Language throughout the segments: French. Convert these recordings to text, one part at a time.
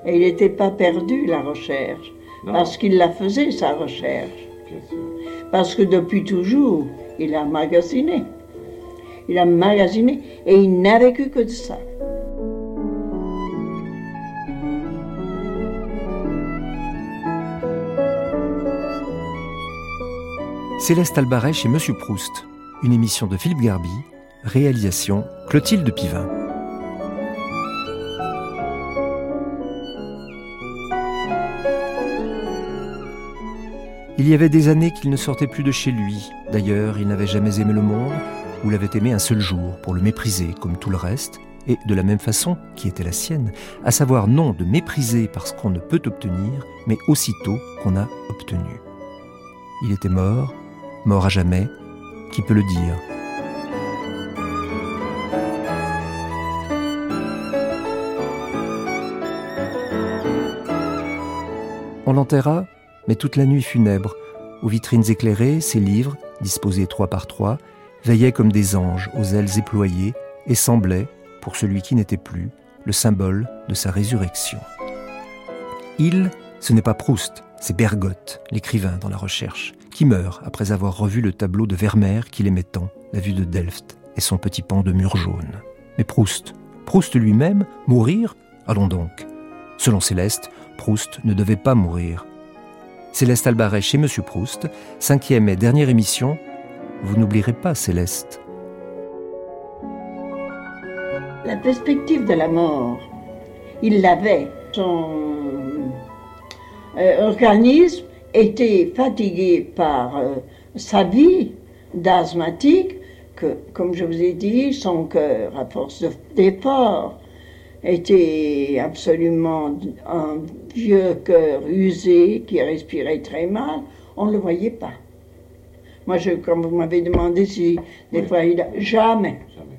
Et il n'était pas perdu, la recherche, non. Parce qu'il la faisait, sa recherche. Bien sûr. Parce que depuis toujours, il a magasiné. Il a magasiné et il n'a vécu que de ça. Céleste Albaret chez Monsieur Proust, une émission de Philippe Garby, réalisation Clotilde Pivin. Il y avait des années qu'il ne sortait plus de chez lui. D'ailleurs, il n'avait jamais aimé le monde, ou l'avait aimé un seul jour, pour le mépriser comme tout le reste, et de la même façon qui était la sienne, à savoir non de mépriser parce qu'on ne peut obtenir, mais aussitôt qu'on a obtenu. Il était mort à jamais, qui peut le dire ? On l'enterra, mais toute la nuit funèbre, aux vitrines éclairées, ses livres, disposés 3 par 3, veillaient comme des anges aux ailes éployées et semblaient, pour celui qui n'était plus, le symbole de sa résurrection. Il, ce n'est pas Proust, c'est Bergotte, l'écrivain dans la recherche, qui meurt après avoir revu le tableau de Vermeer qu'il aimait tant, la vue de Delft et son petit pan de mur jaune. Mais Proust lui-même, mourir ? Allons donc. Selon Céleste, Proust ne devait pas mourir. Céleste Albaret chez Monsieur Proust, 5e et dernière émission. Vous n'oublierez pas Céleste. La perspective de la mort, il l'avait. Son organisme était fatigué par sa vie d'asthmatique, que, comme je vous ai dit, son cœur, à force d'efforts, était absolument un vieux cœur usé qui respirait très mal. On ne le voyait pas. Moi, comme vous m'avez demandé si des fois il a... Jamais.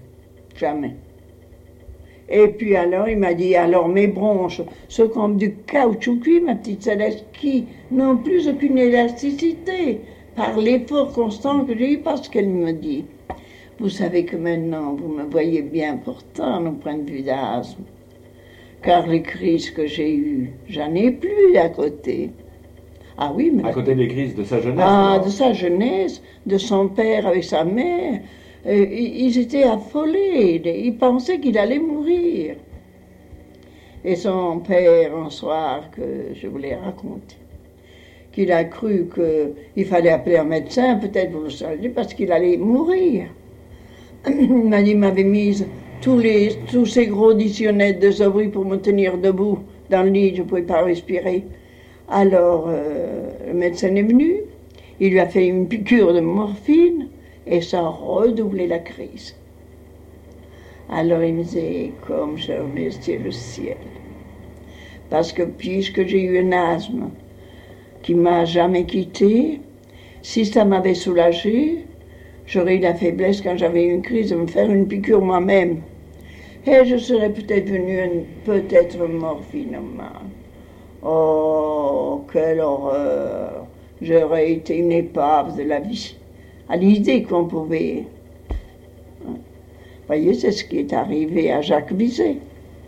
Et puis alors, il m'a dit, alors mes bronches sont comme du caoutchouc cuit, ma petite Céleste, qui n'ont plus aucune élasticité par l'effort constant que j'ai eu, parce qu'elle me dit, vous savez que maintenant, vous me voyez bien pourtant, au point de vue d'asthme, car les crises que j'ai eues, j'en ai plus à côté. Ah oui, mais... À côté des crises de sa jeunesse. Ah, de sa jeunesse, de son père avec sa mère. Ils étaient affolés, ils pensaient qu'il allait mourir. Et son père, un soir, que je voulais raconter, qu'il a cru qu'il fallait appeler un médecin, peut-être vous le savez, parce qu'il allait mourir. Il m'a dit, il m'avait mise tous ces gros dictionnaires de Zobri pour me tenir debout dans le lit, je ne pouvais pas respirer. Alors, le médecin est venu, il lui a fait une piqûre de morphine, et ça a redoublé la crise. Alors il me disait, comme je remercie le ciel, parce que puisque j'ai eu un asthme qui m'a jamais quitté, si ça m'avait soulagé, j'aurais eu la faiblesse quand j'avais eu une crise de me faire une piqûre moi-même. Et je serais peut-être venue peut-être morphinomane. Oh, quelle horreur! J'aurais été une épave de la vie. À l'idée qu'on pouvait... Vous voyez, c'est ce qui est arrivé à Jacques Bizet.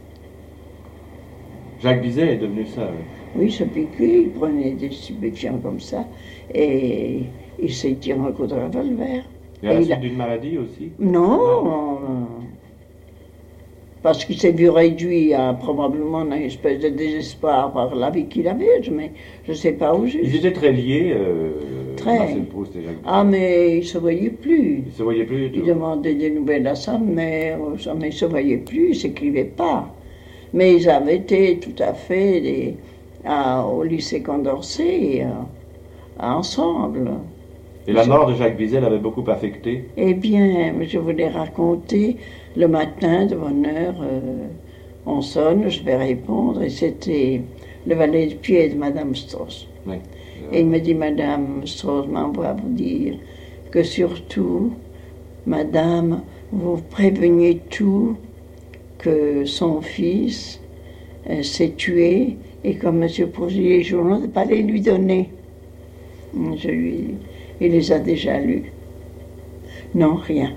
Jacques Bizet est devenu ça, oui. Oui, il se piquait, il prenait des stupéfiants comme ça, et il s'est tiré un coup de revolver. Et à la suite d'une maladie aussi? Non. Parce qu'il s'est vu réduit à probablement une espèce de désespoir par la vie qu'il avait, mais je ne sais pas où juste. Ils étaient très liés, très. Marcel Proust et Jacques Bizet. Ah, mais ils ne se voyaient plus. Ils ne se voyaient plus du tout. Il demandait des nouvelles à sa mère, mais ils ne se voyaient plus, ils ne s'écrivaient pas. Mais ils avaient été tout à fait au lycée Condorcet, ensemble. Et la mort de Jacques Bizet l'avait beaucoup affecté? Eh bien, je voulais raconter, le matin, de bonne heure, on sonne, je vais répondre, et c'était le valet de pied de Madame Strauss. Oui. Et il me dit, Madame Strauss m'envoie vous dire que surtout, Madame, vous préveniez tout, que son fils s'est tué, et comme M. Proust dit les journaux, de ne pas les lui donner. Il les a déjà lus. Non, rien.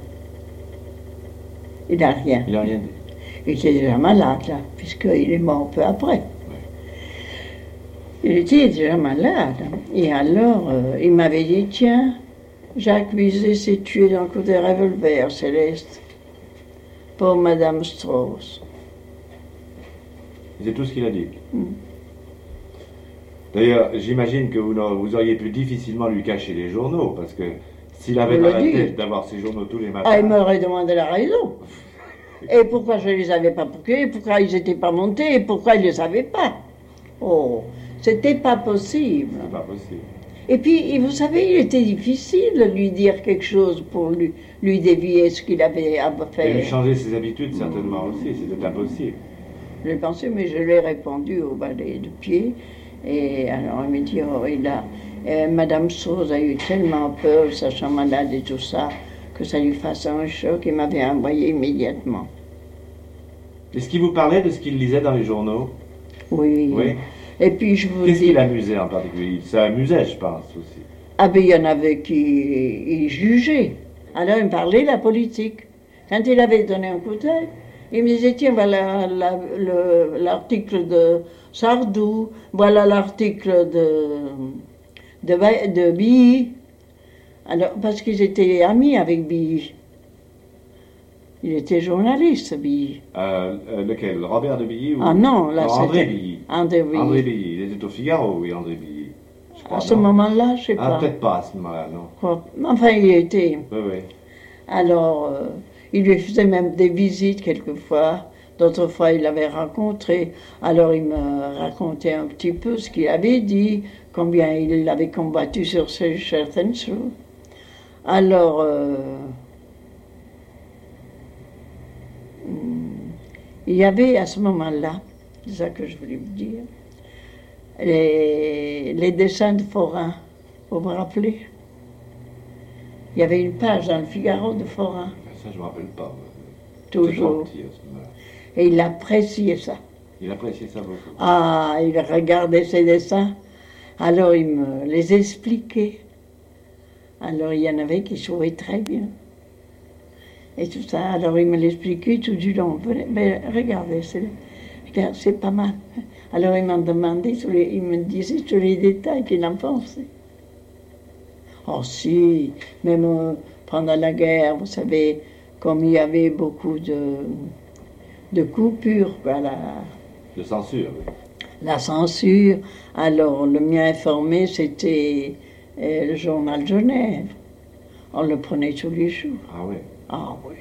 Il n'a rien. Il n'a rien dit. Il était déjà malade, là, puisqu'il est mort peu après. Il était déjà malade. Et alors, il m'avait dit, tiens, Jacques Vizet s'est tué d'un coup de revolver, Céleste, pour Madame Strauss. C'est tout ce qu'il a dit. D'ailleurs, j'imagine que vous auriez pu difficilement lui cacher les journaux, parce que s'il avait Vous dans le la dites. tête d'avoir ces journaux tous les matins... Ah, il m'aurait demandé la raison. Et pourquoi je ne les avais pas bouqués, pourquoi ils n'étaient pas montés, et pourquoi il ne les savait pas. Oh, c'était pas possible. C'est pas possible. Et puis, vous savez, il était difficile de lui dire quelque chose pour lui dévier ce qu'il avait à Et lui faire. changer ses habitudes, certainement aussi, c'était impossible. J'ai pensé, mais je l'ai répondu au balai de pied. Et alors, il me dit, oh, Madame Strauss a eu tellement peur, sachant malade et tout ça, que ça lui fasse un choc. Il m'avait envoyé immédiatement. Est-ce qu'il vous parlait de ce qu'il lisait dans les journaux? Oui. Oui. Et puis, je vous Qu'est-ce dis... qui l'amusait en particulier? Ça amusait, je pense, aussi. Ah ben, il y en avait qui jugeaient. Alors, il me parlait de la politique. Quand il avait donné un coup d'œil, il me disait, tiens, voilà l'article de Sardou, voilà l'article de Billy. Alors, parce qu'ils étaient amis avec Billy. Il était journaliste, Billy. Lequel? Robert de Billy ou... Ah non, là, Non, André c'était... Billy. André Billy. André Billy. Il était au Figaro, oui, André Billy. Je crois, À ce non? moment-là, je sais Ah, pas. peut-être pas à ce moment-là, non. Quoi. Enfin, il y était. Oui, oui. Alors, il lui faisait même des visites quelquefois. D'autres fois, il l'avait rencontré. Alors, il me racontait un petit peu ce qu'il avait dit, combien il avait combattu sur certaines choses. Alors, il y avait à ce moment-là, c'est ça que je voulais vous dire, les dessins de Forain. Vous vous rappelez? Il y avait une page dans le Figaro de Forain, Ça, je ne me rappelle pas. toujours. J'étais trop petit à ce moment-là. Et il appréciait ça. Il appréciait ça beaucoup. Ah, il regardait ses dessins, alors il me les expliquait. Alors il y en avait qui jouaient très bien. Et tout ça, alors il me l'expliquait tout du long. Mais regardez, c'est pas mal. Alors il m'a demandé, il me disait tous les détails qu'il en pensait. Oh si, même pendant la guerre, vous savez, comme il y avait beaucoup de coupures, voilà. De censure, oui. La censure. Alors, le mieux informé, c'était le journal Genève. On le prenait tous les jours. Ah oui. Ah oui.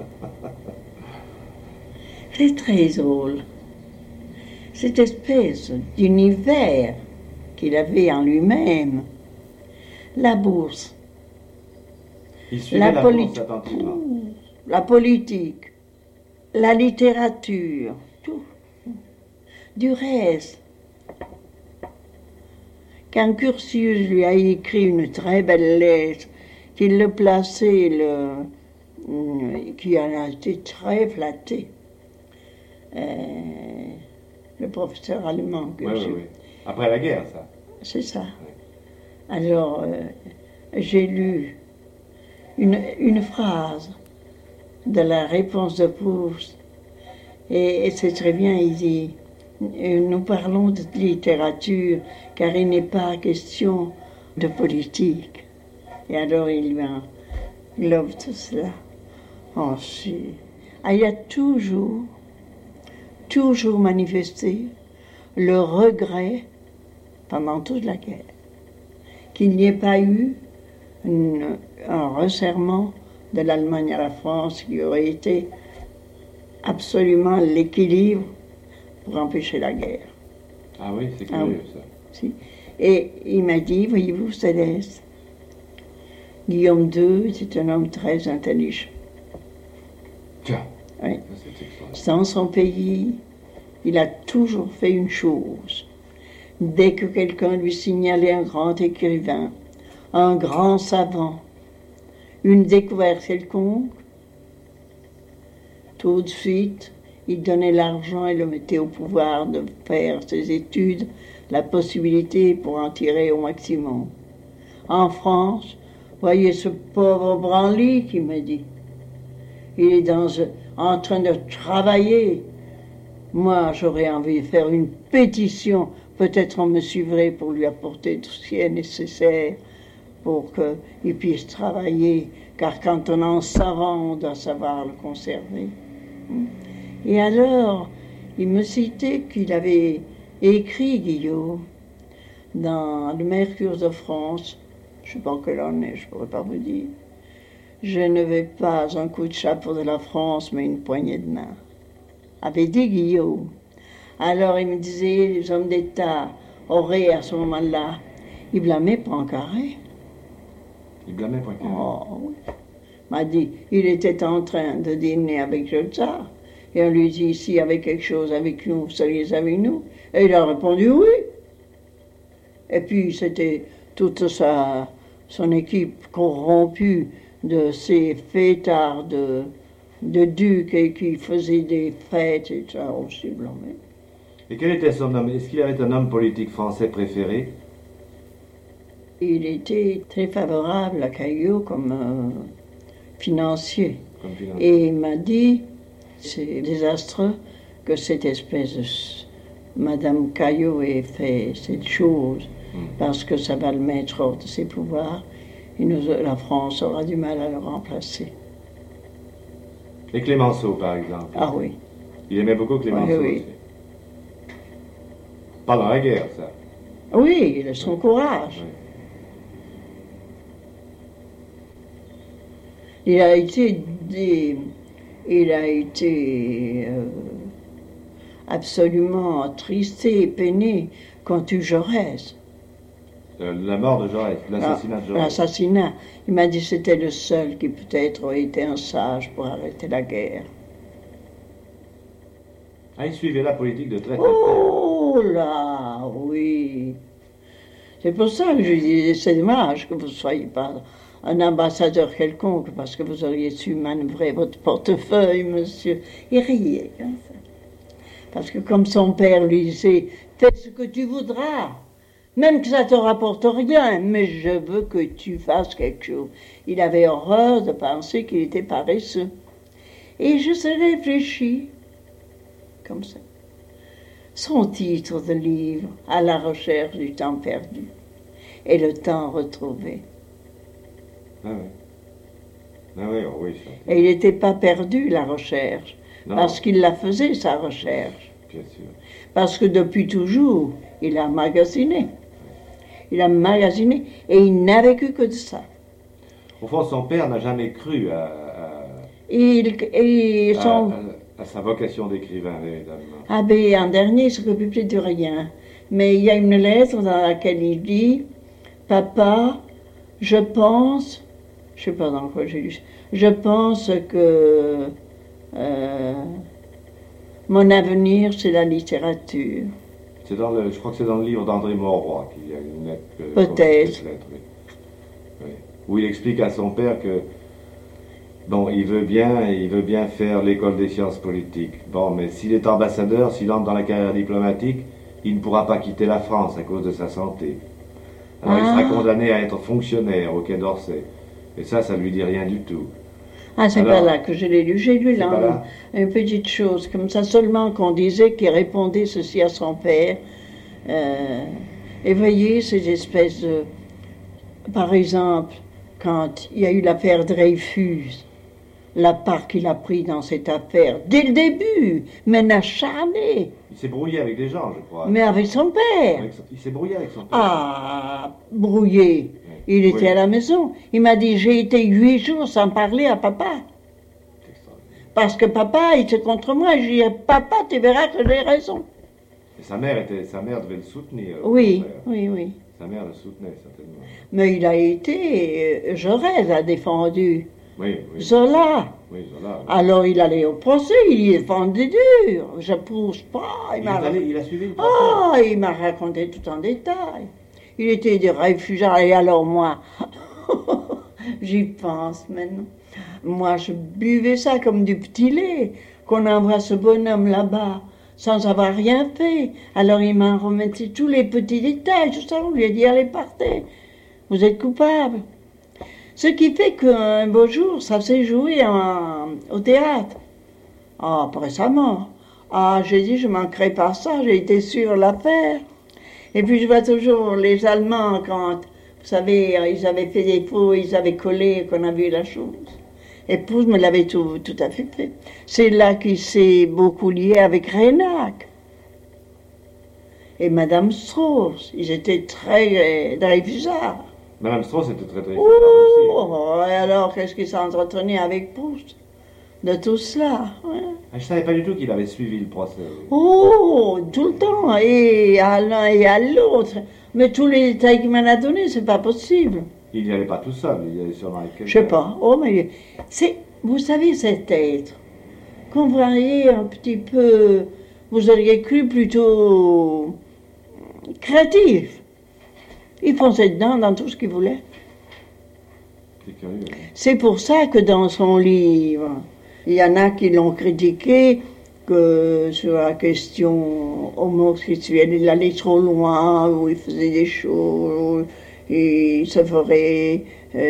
C'est très drôle. Cette espèce d'univers qu'il avait en lui-même. La bourse, Il suivait la bourse attentivement. la politique, la littérature, tout. Du reste, quand Curtius lui a écrit une très belle lettre, qu'il le plaçait, qui en a été très flatté, le professeur allemand, Oui, oui, Curtius. oui. Après la guerre, ça. C'est ça. Alors, j'ai lu une phrase de la réponse de Proust, et c'est très bien, il dit, nous parlons de littérature, car il n'est pas question de politique. Et alors, il englobe tout cela. Oh, si. Ah, il a toujours manifesté le regret pendant toute la guerre qu'il n'y ait pas eu un resserrement de l'Allemagne à la France qui aurait été absolument l'équilibre pour empêcher la guerre. Ah oui, c'est Ah curieux, oui. ça. Si. Et il m'a dit, voyez-vous, Céleste, Guillaume II était un homme très intelligent. Tiens, Oui. ça, c'est extraordinaire. Dans son pays, il a toujours fait une chose. Dès que quelqu'un lui signalait un grand écrivain, un grand savant, une découverte quelconque, tout de suite, il donnait l'argent et le mettait au pouvoir de faire ses études, la possibilité pour en tirer au maximum. En France, voyez ce pauvre Branly qui me dit, il est en train de travailler Moi, j'aurais envie de faire une pétition. Peut-être on me suivrait pour lui apporter tout ce qui est nécessaire pour qu'il puisse travailler. Car quand on en savant, on doit savoir le conserver. Et alors, il me citait qu'il avait écrit, Guillaume, dans le Mercure de France, je ne sais pas quelle année, je ne pourrais pas vous dire. Je ne veux pas un coup de chapeau de la France, mais une poignée de main. Avait dit Guillaume. Alors il me disait, les hommes d'État auraient à ce moment-là, il blâmait Poincaré. Il blâmait Poincaré. Oh oui. Il m'a dit, il était en train de dîner avec le tsar. Et on lui dit, s'il y avait quelque chose avec nous, vous seriez avec nous? Et il a répondu oui. Et puis c'était toute son équipe corrompue de ces fêtards de ducs et qui faisaient des fêtes et ça aussi blâmé. Et quel était son homme? Est-ce qu'il avait un homme politique français préféré? Il était très favorable à Caillaux comme financier. Et il m'a dit, c'est désastreux que cette espèce de Madame Caillaux ait fait cette chose, parce que ça va le mettre hors de ses pouvoirs, et la France aura du mal à le remplacer. Et Clémenceau, par exemple? Ah oui. Il aimait beaucoup Clémenceau oui. aussi. Pas dans la guerre, ça. Oui, il a son courage. Oui. Il a été absolument attristé et peiné quand eut Jaurès. La mort de Jaurès, l'assassinat de Jaurès. L'assassinat. Il m'a dit que c'était le seul qui peut-être aurait été un sage pour arrêter la guerre. Ah, il suivait la politique de très très près. Oh là, oui. C'est pour ça que je disais, c'est dommage que vous ne soyez pas un ambassadeur quelconque, parce que vous auriez su manœuvrer votre portefeuille, monsieur. Il riait comme ça. Parce que comme son père lui disait, fais ce que tu voudras, même que ça te rapporte rien, mais je veux que tu fasses quelque chose. Il avait horreur de penser qu'il était paresseux. Et je suis réfléchi, comme ça. Son titre de livre, À la recherche du temps perdu et le temps retrouvé. Ah oui. Ah oui, oh oui. Ça. Et il n'était pas perdu, la recherche, Non. parce qu'il la faisait, sa recherche. Bien sûr. Parce que depuis toujours, il a magasiné. Il a magasiné et il n'a vécu que de ça. Au fond, son père n'a jamais cru à sa vocation d'écrivain, évidemment. Ah ben, en dernier, il ne s'occupait plus de rien. Mais il y a une lettre dans laquelle il dit « Papa, je pense... » Je ne sais pas dans quoi j'ai lu. « Je pense que mon avenir, c'est la littérature. » Je crois que c'est dans le livre d'André Mauroy qu'il y a une lettre. Peut-être. Oui. Où il explique à son père que bon, il veut bien faire l'école des sciences politiques. Bon, mais s'il est ambassadeur, s'il entre dans la carrière diplomatique, il ne pourra pas quitter la France à cause de sa santé. Alors il sera condamné à être fonctionnaire au Quai d'Orsay. Et ça lui dit rien du tout. Ah, c'est pas là que je l'ai lu. J'ai lu là une petite chose, comme ça seulement qu'on disait qu'il répondait ceci à son père. Et voyez, ces espèces de... Par exemple, quand il y a eu l'affaire Dreyfus, la part qu'il a pris dans cette affaire, dès le début, mais acharné. Il s'est brouillé avec des gens, je crois. Mais avec son père. Il s'est brouillé avec son père. Ah, brouillé. Il était à la maison. Il m'a dit, j'ai été 8 jours sans parler à papa. Parce que papa était contre moi. Je lui ai dit, papa, tu verras que j'ai raison. Et sa mère devait le soutenir. Oui. Sa mère le soutenait, certainement. Mais il a été... Jaurès a défendu. Oui. Zola. Oui, Zola. Oui. Alors il allait au procès, il défendait dur. Je pousse pas. Il a suivi le procès. Ah, il m'a raconté tout en détail. Il était des réfugiés. Et alors moi, j'y pense maintenant. Moi, je buvais ça comme du petit lait, qu'on envoie ce bonhomme là-bas, sans avoir rien fait. Alors il m'a remis tous les petits détails, tout ça, on lui a dit, allez, partez, vous êtes coupable. Ce qui fait qu'un beau jour, ça s'est joué au théâtre. Après sa mort. Ah, j'ai dit, je manquerai pas ça, j'ai été sûre de la faire. Et puis je vois toujours les Allemands, quand, vous savez, ils avaient fait des faux, ils avaient collé, qu'on a vu la chose. Et Proust me l'avait tout à fait fait. C'est là qu'il s'est beaucoup lié avec Reinach. Et Madame Strauss, ils étaient très Dreyfusards. Madame Strauss était très très aussi. Oh, et alors qu'est-ce qu'il s'entretenait avec Proust de tout cela? Ouais. Je ne savais pas du tout qu'il avait suivi le procès. Oh, tout le temps, et à l'un et à l'autre. Mais tous les détails qu'il m'en a donnés, c'est pas possible. Il n'y allait pas tout seul, il y allait sûrement avec quelqu'un. Je sais pas. Oh, mais vous savez, cet être, quand vous voyez un petit peu, vous auriez cru plutôt créatif. Il fonçait dedans dans tout ce qu'il voulait. C'est curieux. Hein. C'est pour ça que dans son livre, il y en a qui l'ont critiqué, que sur la question homosexuelle, il allait trop loin, où il faisait des choses, où il se ferait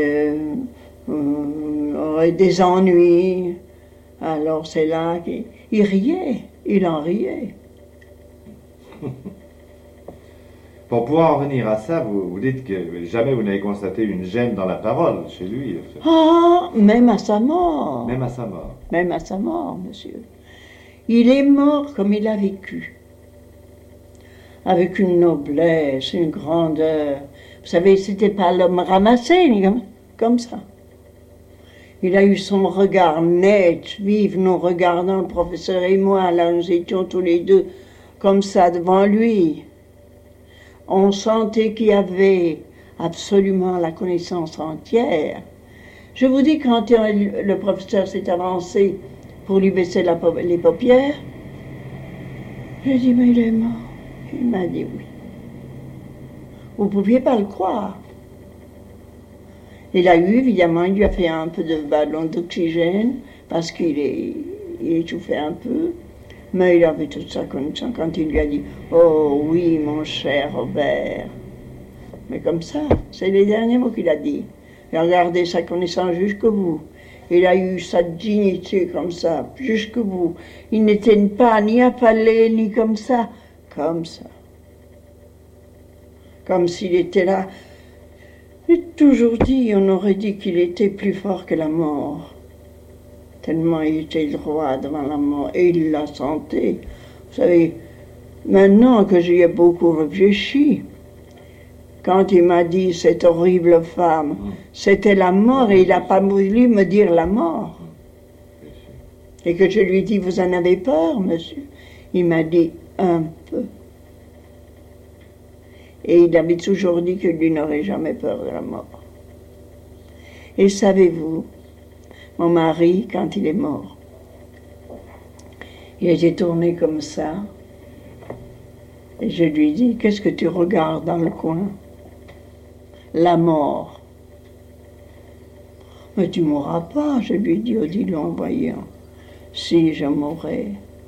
aurait des ennuis. Alors c'est là qu'il riait, il en riait. Pour pouvoir en venir à ça, vous dites que jamais vous n'avez constaté une gêne dans la parole chez lui. Ah, même à sa mort. Même à sa mort. Même à sa mort, monsieur. Il est mort comme il a vécu. Avec une noblesse, une grandeur. Vous savez, c'était pas l'homme ramassé, comme ça. Il a eu son regard net, vif, nous regardant, le professeur et moi, là nous étions tous les deux comme ça devant lui. On sentait qu'il y avait absolument la connaissance entière. Je vous dis, quand le professeur s'est avancé pour lui baisser les paupières, j'ai dit, mais il est mort. Il m'a dit oui. Vous ne pouviez pas le croire. Il a eu, évidemment, il lui a fait un peu de ballon d'oxygène, parce qu'il étouffait un peu. Mais il avait toute sa connaissance quand il lui a dit « Oh oui, mon cher Robert ». Mais comme ça, c'est les derniers mots qu'il a dit. Il a gardé sa connaissance jusqu'au bout. Il a eu sa dignité comme ça, jusqu'au bout. Il n'était pas ni affalé, ni comme ça. Comme ça. Comme s'il était là. J'ai toujours dit, on aurait dit qu'il était plus fort que la mort. Tellement il était droit devant la mort, et il la sentait. Vous savez, maintenant que j'y ai beaucoup réfléchi, quand il m'a dit cette horrible femme, c'était la mort, et il n'a pas voulu me dire la mort. Et que je lui ai dit, vous en avez peur, monsieur? Il m'a dit, un peu. Et il avait toujours dit que lui n'aurait jamais peur de la mort. Et savez-vous, mon mari, quand il est mort, il était tourné comme ça. Et je lui ai dit, qu'est-ce que tu regardes dans le coin? La mort. Mais tu mourras pas, je lui ai dit, Odile, en voyant. Si, je mourrai.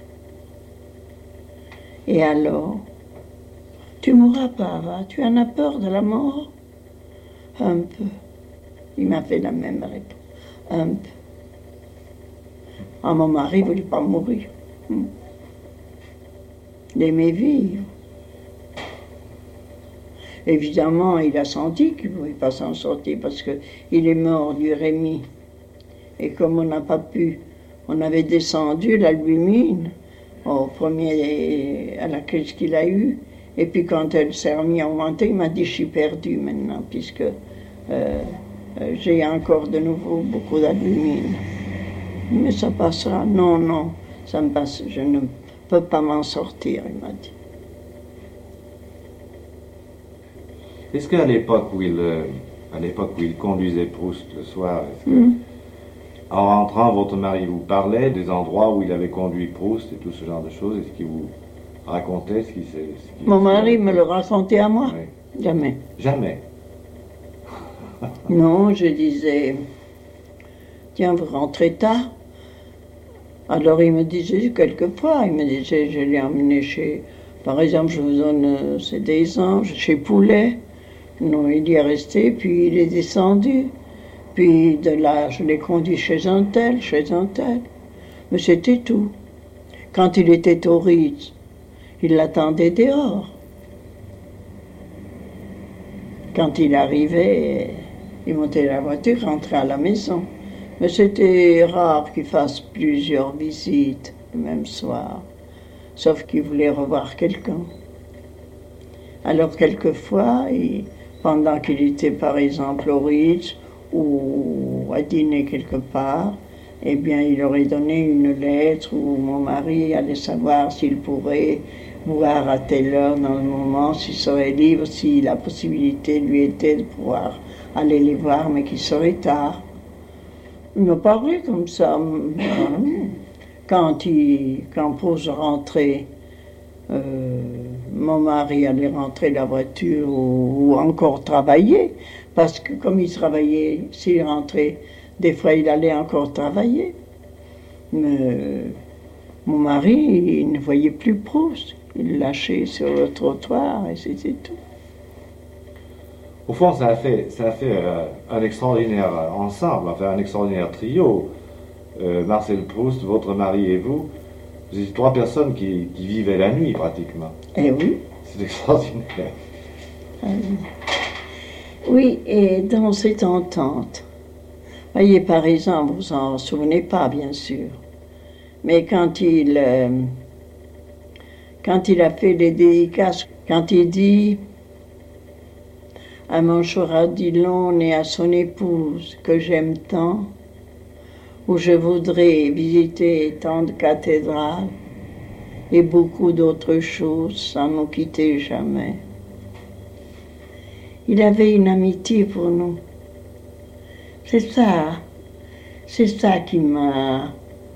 Et alors? Tu mourras pas, va? Tu en as peur de la mort? Un peu. Il m'a fait la même réponse. Un peu. Ah, mon mari ne voulait pas mourir. Il aimait vivre. Évidemment, il a senti qu'il ne pouvait pas s'en sortir parce qu'il est mort du Rémy. Et comme on n'a pas pu, on avait descendu l'albumine au premier, à la crise qu'il a eue. Et puis quand elle s'est remise à augmenter, il m'a dit, je suis perdu maintenant, puisque j'ai encore de nouveau beaucoup d'albumine. Mais ça passera. Non, non, ça me passe. Je ne peux pas m'en sortir, il m'a dit. Est-ce qu'à l'époque où il conduisait Proust le soir, en rentrant, votre mari vous parlait des endroits où il avait conduit Proust et tout ce genre de choses? Est-ce qu'il vous racontait ce qui s'est... Mon mari me le racontait à moi? Oui. Jamais. Jamais? Non, je disais, tiens, vous rentrez tard? Alors il me disait quelquefois, il me disait, je l'ai emmené chez, par exemple, je vous donne, c'est des anges, chez Poulet. Non, il y est resté, puis il est descendu. Puis de là, je l'ai conduit chez un tel. Mais c'était tout. Quand il était au Ritz, il l'attendait dehors. Quand il arrivait, il montait dans la voiture, rentrait à la maison. Mais c'était rare qu'il fasse plusieurs visites le même soir, sauf qu'il voulait revoir quelqu'un. Alors quelquefois, pendant qu'il était par exemple au Ritz ou à dîner quelque part, eh bien il aurait donné une lettre où mon mari allait savoir s'il pourrait voir à telle heure dans le moment, s'il serait libre, si la possibilité lui était de pouvoir aller les voir, mais qu'il serait tard. Il me parlait comme ça. Quand pour rentrer, mon mari allait rentrer de la voiture ou encore travailler, parce que comme il travaillait, s'il rentrait, des fois il allait encore travailler. Mais mon mari, il ne voyait plus Proust. Il le lâchait sur le trottoir et c'était tout. Au fond, ça a fait un extraordinaire ensemble, enfin un extraordinaire trio. Marcel Proust, votre mari et vous, vous étiez trois personnes qui vivaient la nuit pratiquement. Eh oui. C'est extraordinaire. Oui, et dans cette entente, voyez par exemple, vous en souvenez pas bien sûr, mais quand il a fait les dédicaces, quand il dit à mon Choradillon et à son épouse que j'aime tant, où je voudrais visiter tant de cathédrales et beaucoup d'autres choses sans nous quitter jamais. Il avait une amitié pour nous. C'est ça qui m'a...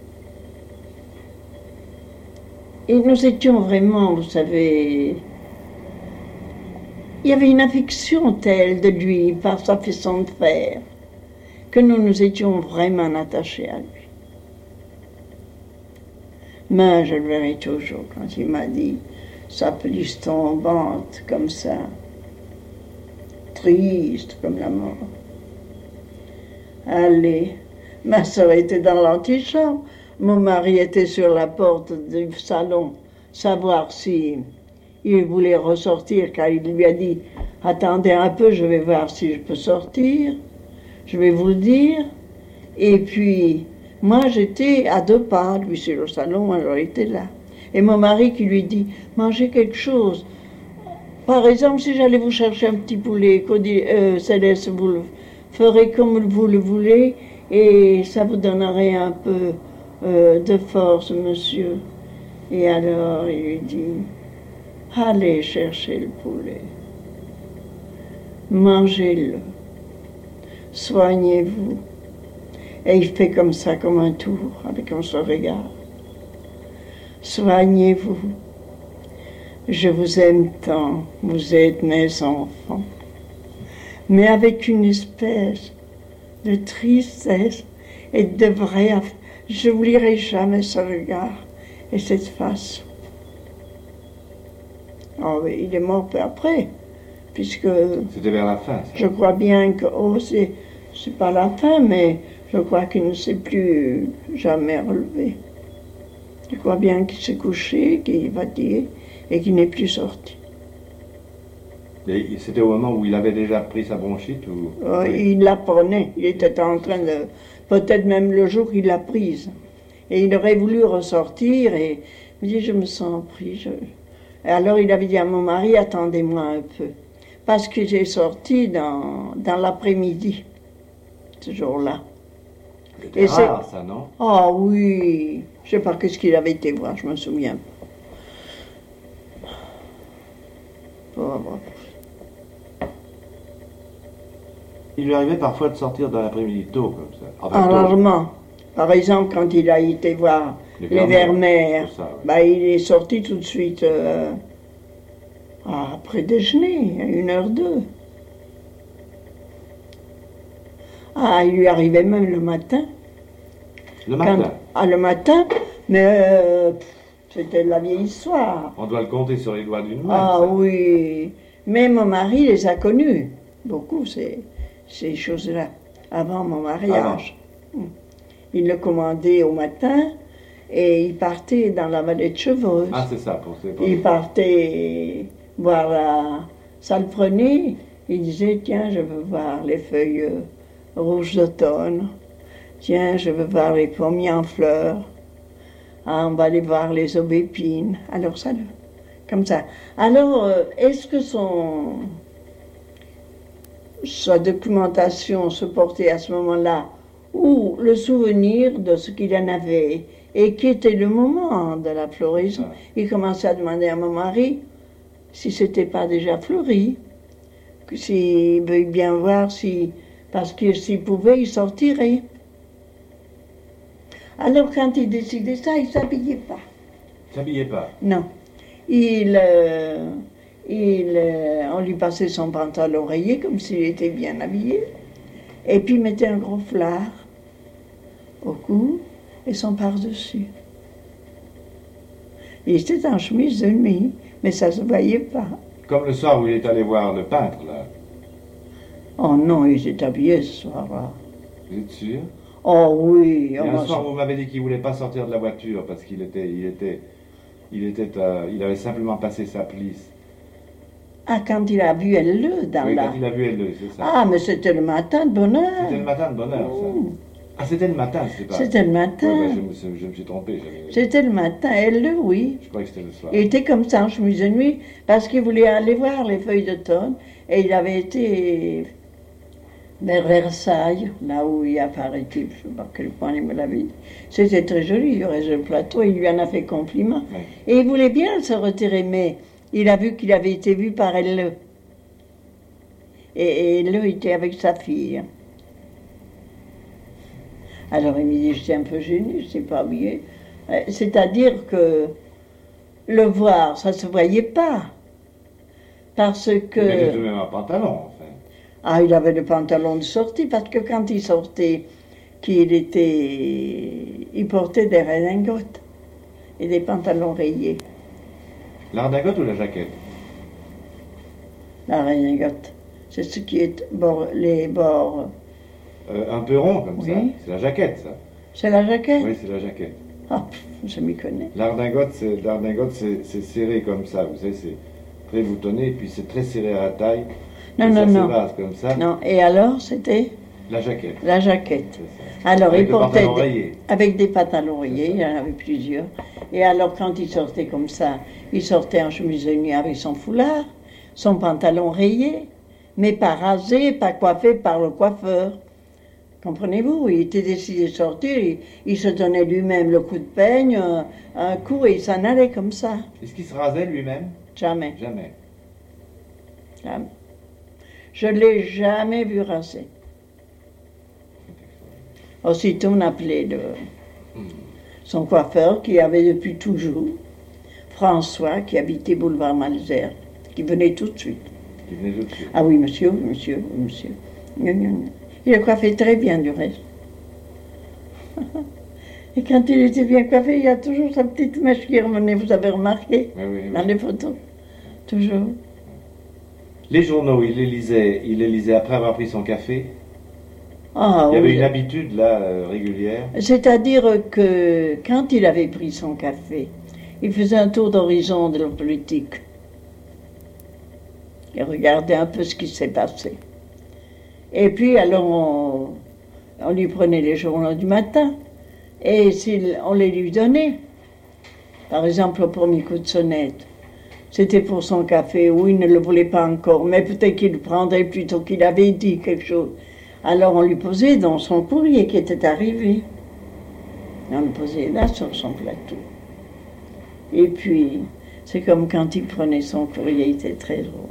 Et nous étions vraiment, vous savez... Il y avait une affection telle de lui, par sa façon de faire, que nous étions vraiment attachés à lui. Mais je le verrai toujours quand il m'a dit sa pelisse tombante comme ça, triste comme la mort. Allez, ma soeur était dans l'antichambre, mon mari était sur la porte du salon, savoir si il voulait ressortir, car il lui a dit « Attendez un peu, je vais voir si je peux sortir, je vais vous le dire. » Et puis, moi j'étais à 2 pas, lui sur le salon, moi j'étais là. Et mon mari qui lui dit « Mangez quelque chose. Par exemple, si j'allais vous chercher un petit poulet, Céleste, vous le ferez comme vous le voulez, et ça vous donnerait un peu de force, monsieur. » Et alors il lui dit « Allez chercher le poulet, mangez-le, soignez-vous. » Et il fait comme ça, comme un tour, avec son regard. « Soignez-vous, je vous aime tant, vous êtes mes enfants. » Mais avec une espèce de tristesse et de vraie... Je n'oublierai jamais ce regard et cette façon. Oh oui, il est mort peu après, puisque... C'était vers la fin, ça. Je crois bien que... Oh, c'est pas la fin, mais je crois qu'il ne s'est plus jamais relevé. Je crois bien qu'il s'est couché, qu'il est fatigué et qu'il n'est plus sorti. Et c'était au moment où il avait déjà pris sa bronchite ou... Oh, oui. Il la prenait, il était en train de... Peut-être même le jour qu'il l'a prise. Et il aurait voulu ressortir et il dit, je me sens pris. Et alors il avait dit à mon mari, attendez-moi un peu. Parce que j'ai sorti dans l'après-midi, ce jour-là. C'était rare, ça, non? Ah oui, je ne sais pas qu'est-ce qu'il avait été voir, je me souviens pas. Pauvre. Il lui arrivait parfois de sortir dans l'après-midi tôt, comme ça. Enfin, rarement. Par exemple, quand il a été voir les Vermeer, ouais. Bah, il est sorti tout de suite après déjeuner, à 1h02. Ah, il lui arrivait même le matin. Le matin? Le matin, mais c'était de la vieille histoire. On doit le compter sur les doigts d'une main. Ah ça. Oui, mais mon mari les a connus, beaucoup ces choses-là, avant mon mariage. Il le commandait au matin Et il partait dans la vallée de Chevreuse. Ah, c'est ça, pour Il partait voir ça le prenait. Il disait, tiens, je veux voir les feuilles rouges d'automne. Tiens, je veux voir les pommiers en fleurs. Ah, on va aller voir les aubépines. Alors ça, comme ça. Alors, est-ce que sa documentation se portait à ce moment-là, ou le souvenir de ce qu'il en avait, et qui était le moment de la floraison? Il commençait à demander à mon mari si c'était pas déjà fleuri, que s'il veut bien voir si, parce que s'il pouvait, il sortirait. Alors quand il décidait ça, il s'habillait pas. Il s'habillait pas? Non. On lui passait son pantalon rayé comme s'il était bien habillé, et puis il mettait un gros foulard au cou et son par-dessus. Il était en chemise de nuit, mais ça se voyait pas. Comme le soir où il est allé voir le peintre, là. Oh non, il était habillé ce soir-là. Vous êtes sûr? Oh oui. Et un soir, vous m'avez dit qu'il voulait pas sortir de la voiture parce qu'il avait simplement passé sa plisse. Ah, quand il a vu elle dans oui, la... quand il a vu elle, c'est ça. Ah, mais c'était le matin de bonne heure. C'était le matin de bonne heure, ça. Ah, c'était le matin, c'était pas... C'était le matin. Ouais, je me suis trompé. C'était le matin, elle, oui. Je croyais que c'était le soir. Il était comme ça en chemise de nuit parce qu'il voulait aller voir les feuilles d'automne et il avait été vers Versailles, là où il apparaît, je ne sais pas à quel point il me l'avait dit. C'était très joli, il y aurait le plateau, il lui en a fait compliment. Oui. Et il voulait bien se retirer, mais il a vu qu'il avait été vu par elle. Et elle était avec sa fille. Alors il me dit, j'étais un peu gênée, je ne sais pas habillée. C'est-à-dire que le voir, ça ne se voyait pas. Parce que... Il avait tout de même un pantalon, enfin. Ah, il avait le pantalon de sortie, parce que quand il sortait, il portait des redingotes et des pantalons rayés. La redingote ou la jaquette? La redingote, c'est ce qui est les bords... un peu rond, comme oui. ça. C'est la jaquette, ça. C'est la jaquette? Oui, c'est la jaquette. Ah, je m'y connais. La redingote, c'est serré comme ça, vous savez, c'est très boutonné, puis c'est très serré à la taille. Non, non, non. Base, comme ça. Non, et alors, c'était? La jaquette. La jaquette. Alors, avec il portait avec des pantalons rayés, il y en avait plusieurs. Et alors, quand il sortait comme ça, il sortait en chemise de nuit avec son foulard, son pantalon rayé, mais pas rasé, pas coiffé par le coiffeur. Comprenez-vous? Il était décidé de sortir, il se donnait lui-même le coup de peigne, un coup, et il s'en allait comme ça. Est-ce qu'il se rasait lui-même? Jamais. Jamais. Jamais. Je ne l'ai jamais vu raser. Aussitôt, on appelait son coiffeur, qui avait depuis toujours, François, qui habitait boulevard Malesherbes, qui venait tout de suite. Qui venait tout de suite? Ah oui, monsieur, monsieur, monsieur. Il a coiffé très bien, du reste. Et quand il était bien coiffé, il y a toujours sa petite mèche qui revenait, vous avez remarqué, dans les photos. Toujours. Les journaux, il les lisait après avoir pris son café? Ah, il y avait oui. une habitude, là, régulière? C'est-à-dire que quand il avait pris son café, il faisait un tour d'horizon de la politique. Il regardait un peu ce qui s'est passé. Et puis, alors, on lui prenait les journaux du matin, et on les lui donnait. Par exemple, au premier coup de sonnette, c'était pour son café, ou il ne le voulait pas encore, mais peut-être qu'il le prendrait plutôt qu'il avait dit quelque chose. Alors on lui posait dans son courrier qui était arrivé. On le posait là sur son plateau. Et puis, c'est comme quand il prenait son courrier, il était très drôle.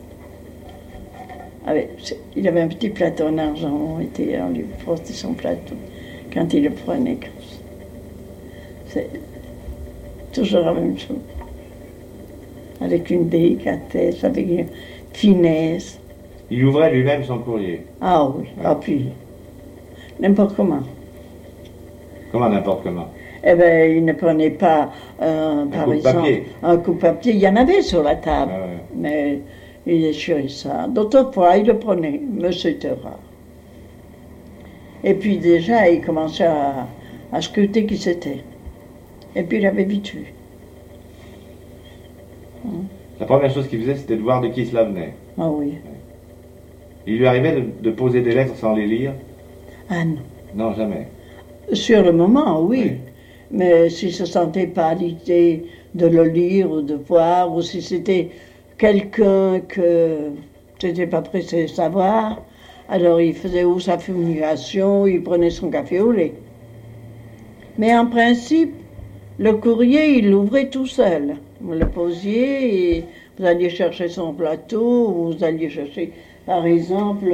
Il avait un petit plateau en argent, on lui posait son plateau quand il le prenait comme ça. C'est toujours la même chose. Avec une délicatesse, avec une finesse. Il ouvrait lui-même son courrier? Ah oui, ah puis, n'importe comment. Comment n'importe comment? Eh bien, il ne prenait pas, par exemple, un coup de papier. Il y en avait sur la table, mais il déchirait ça. D'autres fois, il le prenait, mais c'était rare. Et puis déjà, il commençait à scruter qui c'était. Et puis il avait vite vu. La première chose qu'il faisait, c'était de voir de qui cela venait. Ah oui. Il lui arrivait de poser des lettres sans les lire? Ah non. Non, jamais. Sur le moment, oui. Oui. Mais s'il ne se sentait pas à l'idée de le lire ou de voir, ou si c'était quelqu'un que c'était pas pressé de savoir, alors il faisait ou sa fumigation, ou il prenait son café au lait. Mais en principe, le courrier, il l'ouvrait tout seul. Vous le posiez et vous alliez chercher son plateau, ou vous alliez chercher, par exemple,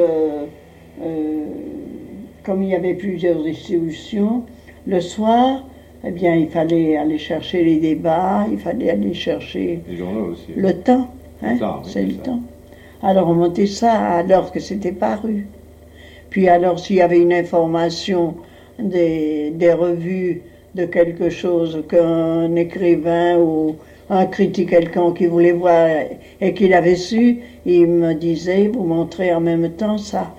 comme il y avait plusieurs distributions, le soir, eh bien, il fallait aller chercher les débats, il fallait aller chercher Les journaux aussi. le temps. Hein, Le temps, oui, c'est le ça. temps. Alors on montait ça alors que c'était paru. Puis alors s'il y avait une information des revues de quelque chose qu'un écrivain ou un critique quelqu'un qui voulait voir et qu'il avait su, il me disait, vous montrez en même temps ça.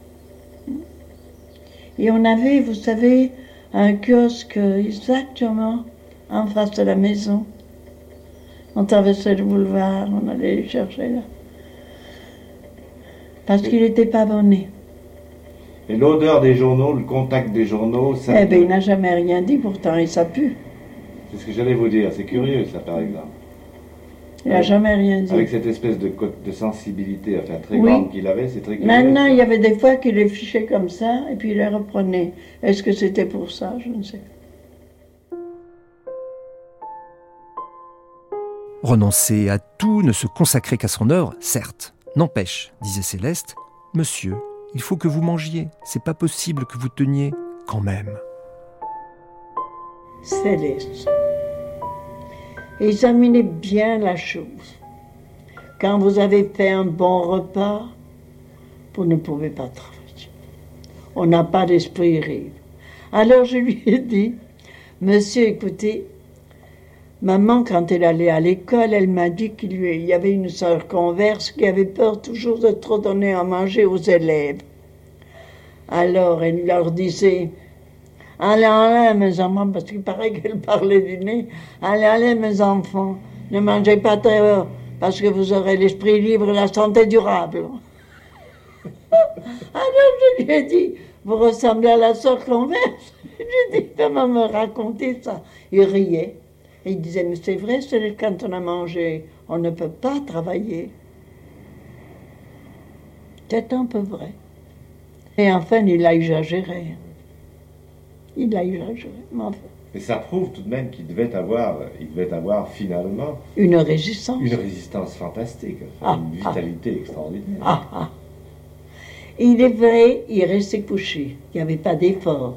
Et on avait, vous savez, un kiosque exactement en face de la maison. On traversait le boulevard, on allait les chercher là. Parce qu'il n'était pas abonné. Et l'odeur des journaux, le contact des journaux, ça... Eh bien, il n'a jamais rien dit pourtant, et ça pue. C'est ce que j'allais vous dire, c'est curieux ça par exemple. Il n'a jamais rien dit. Avec cette espèce de sensibilité, enfin très Oui. grande qu'il avait, c'est très curieux. Maintenant, il y avait des fois qu'il les fichait comme ça, et puis il les reprenait. Est-ce que c'était pour ça? Je ne sais pas. Renoncer à tout, ne se consacrer qu'à son œuvre, certes. N'empêche, disait Céleste, monsieur, il faut que vous mangiez. C'est pas possible que vous teniez quand même. Céleste. Examinez bien la chose. Quand vous avez fait un bon repas, vous ne pouvez pas travailler. On n'a pas d'esprit rire. Alors je lui ai dit, monsieur, écoutez, maman, quand elle allait à l'école, elle m'a dit qu'il y avait une sœur converse qui avait peur toujours de trop donner à manger aux élèves. Alors elle leur disait, allez, mes enfants, parce qu'il paraît qu'elle parlait du nez, allez, mes enfants, ne mangez pas très haut, parce que vous aurez l'esprit libre et la santé durable. Alors je lui ai dit, vous ressemblez à la sœur converse. J'ai dit, comment me raconter ça? Il riait. Et il disait, mais c'est vrai, quand on a mangé, on ne peut pas travailler. C'est un peu vrai. Et enfin, il a exagéré. Il a exagéré, mais enfin. Mais ça prouve tout de même qu'il devait avoir finalement Une résistance. une résistance fantastique, enfin, une vitalité extraordinaire. Il est vrai, il restait couché. Il n'y avait pas d'effort.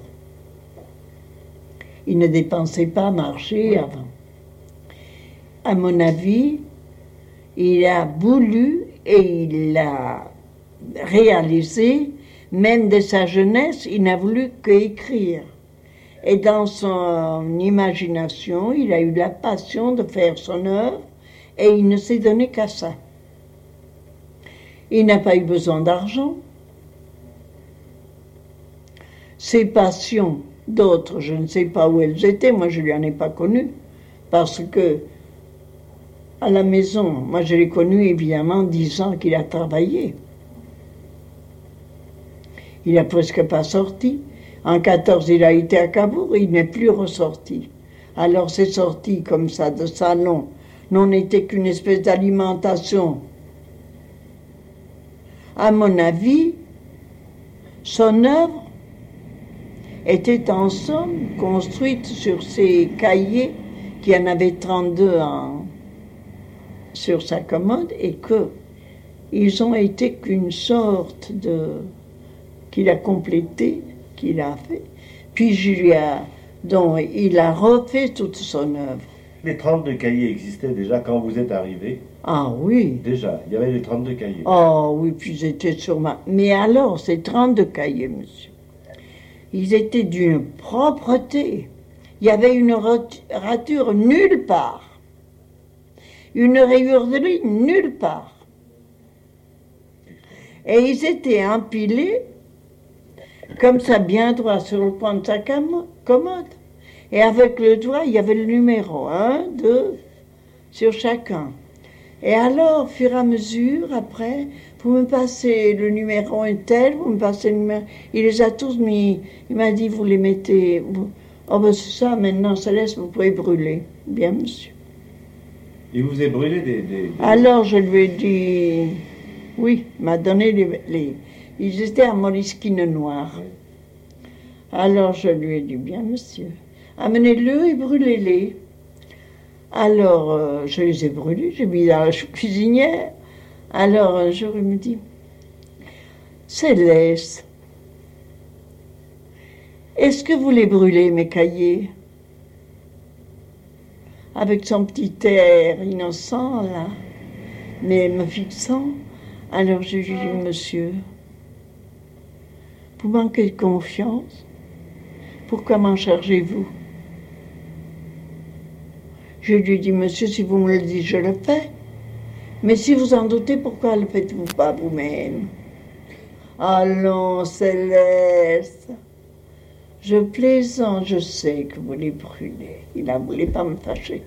Il ne dépensait pas à marcher avant. À mon avis, il a voulu et il l'a réalisé, même de sa jeunesse, il n'a voulu qu'écrire. Et dans son imagination, il a eu la passion de faire son œuvre et il ne s'est donné qu'à ça. Il n'a pas eu besoin d'argent. Ses passions, d'autres, je ne sais pas où elles étaient, moi je ne lui en ai pas connu, parce que à la maison, moi je l'ai connu évidemment 10 ans qu'il a travaillé. Il n'a presque pas sorti. En 14, il a été à Cabourg, il n'est plus ressorti. Alors ces sorties comme ça de salon n'en étaient qu'une espèce d'alimentation. À mon avis, son œuvre était en somme construite sur ses cahiers, qui en avait 32 sur sa commode, et que ils ont été qu'une sorte de... qu'il a complété, qu'il a fait. Puis dont il a refait toute son œuvre. Les 32 cahiers existaient déjà quand vous êtes arrivé? Ah oui. Déjà, il y avait les 32 cahiers. Oh oui, puis ils étaient sur ma... Mais alors, ces 32 cahiers, monsieur, ils étaient d'une propreté. Il y avait une rature nulle part. Une rayure de ligne nulle part. Et ils étaient empilés comme ça, bien droit sur le coin de sa commode. Et avec le doigt, il y avait le numéro 1, 2, sur chacun. Et alors, au fur et à mesure, après, vous me passez le numéro un tel, vous me passez le numéro... Il les a tous mis. Il m'a dit, vous les mettez... Oh ben c'est ça, maintenant, Céleste, vous pouvez brûler. Bien, monsieur. Il vous a brûlé des... Alors, je lui ai dit... Oui, il m'a donné les... Ils étaient à Moleskine noir. Oui. Alors, je lui ai dit, bien, monsieur, amenez-le et brûlez-les. Alors, je les ai brûlés, j'ai mis dans la cuisinière. Alors, un jour, il me dit, Céleste, est-ce que vous les brûlez, mes cahiers? Avec son petit air innocent, là, mais me fixant. Alors, je lui ai dit, monsieur, vous manquez de confiance? Pourquoi m'en chargez-vous? Je lui ai dit, monsieur, si vous me le dites, je le fais. Mais si vous en doutez, pourquoi le faites-vous pas vous-même? Allons, Céleste. Je plaisante, je sais que vous les brûlez. Il ne voulait pas me fâcher.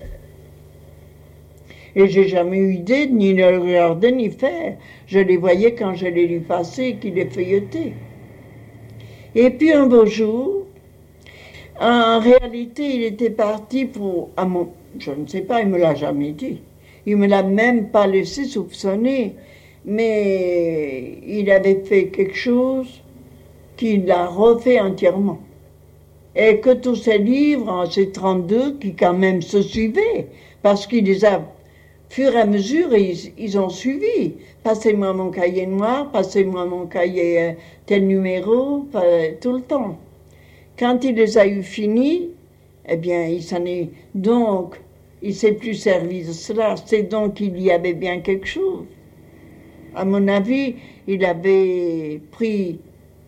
Et j'ai jamais eu idée de ni le regarder ni faire. Je les voyais quand je les lui passais et qu'il les feuilletait. Et puis un beau jour, en réalité, il était parti pour... Je ne sais pas, il ne me l'a jamais dit. Il ne me l'a même pas laissé soupçonner. Mais il avait fait quelque chose qu'il a refait entièrement. Et que tous ces livres, ces 32, qui quand même se suivaient, parce qu'il les a, fur et à mesure, ils ont suivi. Passez-moi mon cahier noir, passez-moi mon cahier tel numéro, tout le temps. Quand il les a eu finis, eh bien, il s'en est... Donc, il ne s'est plus servi de cela. C'est donc qu'il y avait bien quelque chose. À mon avis, il avait pris...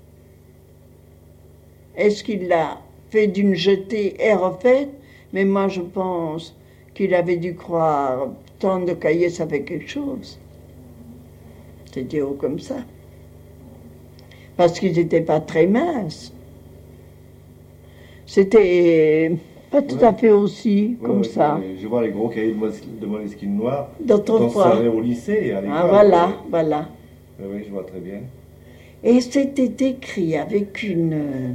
Est-ce qu'il l'a fait d'une jetée et refaite? Mais moi, je pense qu'il avait dû croire tant de cahiers, ça fait quelque chose. C'était haut comme ça. Parce qu'ils n'étaient pas très minces. C'était pas tout à fait aussi, comme ça. Je vois les gros cahiers de Moleskine noir. D'autrefois. On savait au lycée, à l'école. Ah, voilà, voilà. Oui, je vois très bien. Et c'était écrit avec une...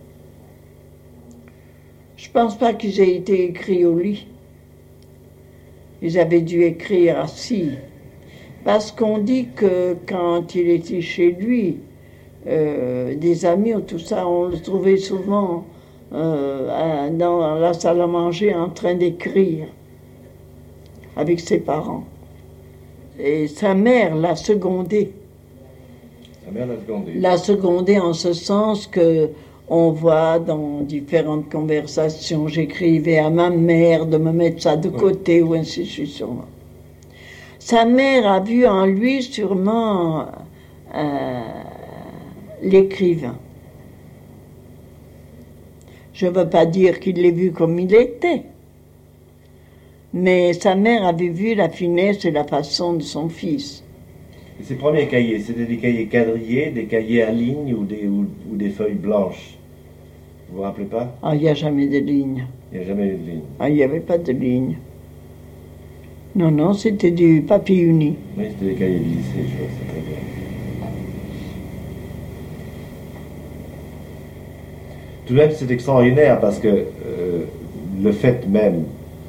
Je pense pas qu'ils aient été écrits au lit. Ils avaient dû écrire assis. Parce qu'on dit que quand il était chez lui, des amis ou tout ça, on le trouvait souvent dans la salle à manger en train d'écrire avec ses parents. Et sa mère l'a secondé. Sa mère l'a secondé. L'a secondé en ce sens que on voit dans différentes conversations, j'écrivais à ma mère de me mettre ça de côté, ou ainsi de suite sûrement. Sa mère a vu en lui sûrement l'écrivain. Je ne veux pas dire qu'il l'ait vu comme il était, mais sa mère avait vu la finesse et la façon de son fils. Et ses premiers cahiers, c'était des cahiers quadrillés, des cahiers à ligne ou des feuilles blanches? Vous vous rappelez pas? Ah, il n'y a jamais de ligne. Il n'y a jamais eu de ligne. Ah, il n'y avait pas de ligne. Non, non, c'était du papier uni. Oui, c'était des cahiers de lycée, je vois, c'est très bien. Tout de même, c'est extraordinaire parce que le fait même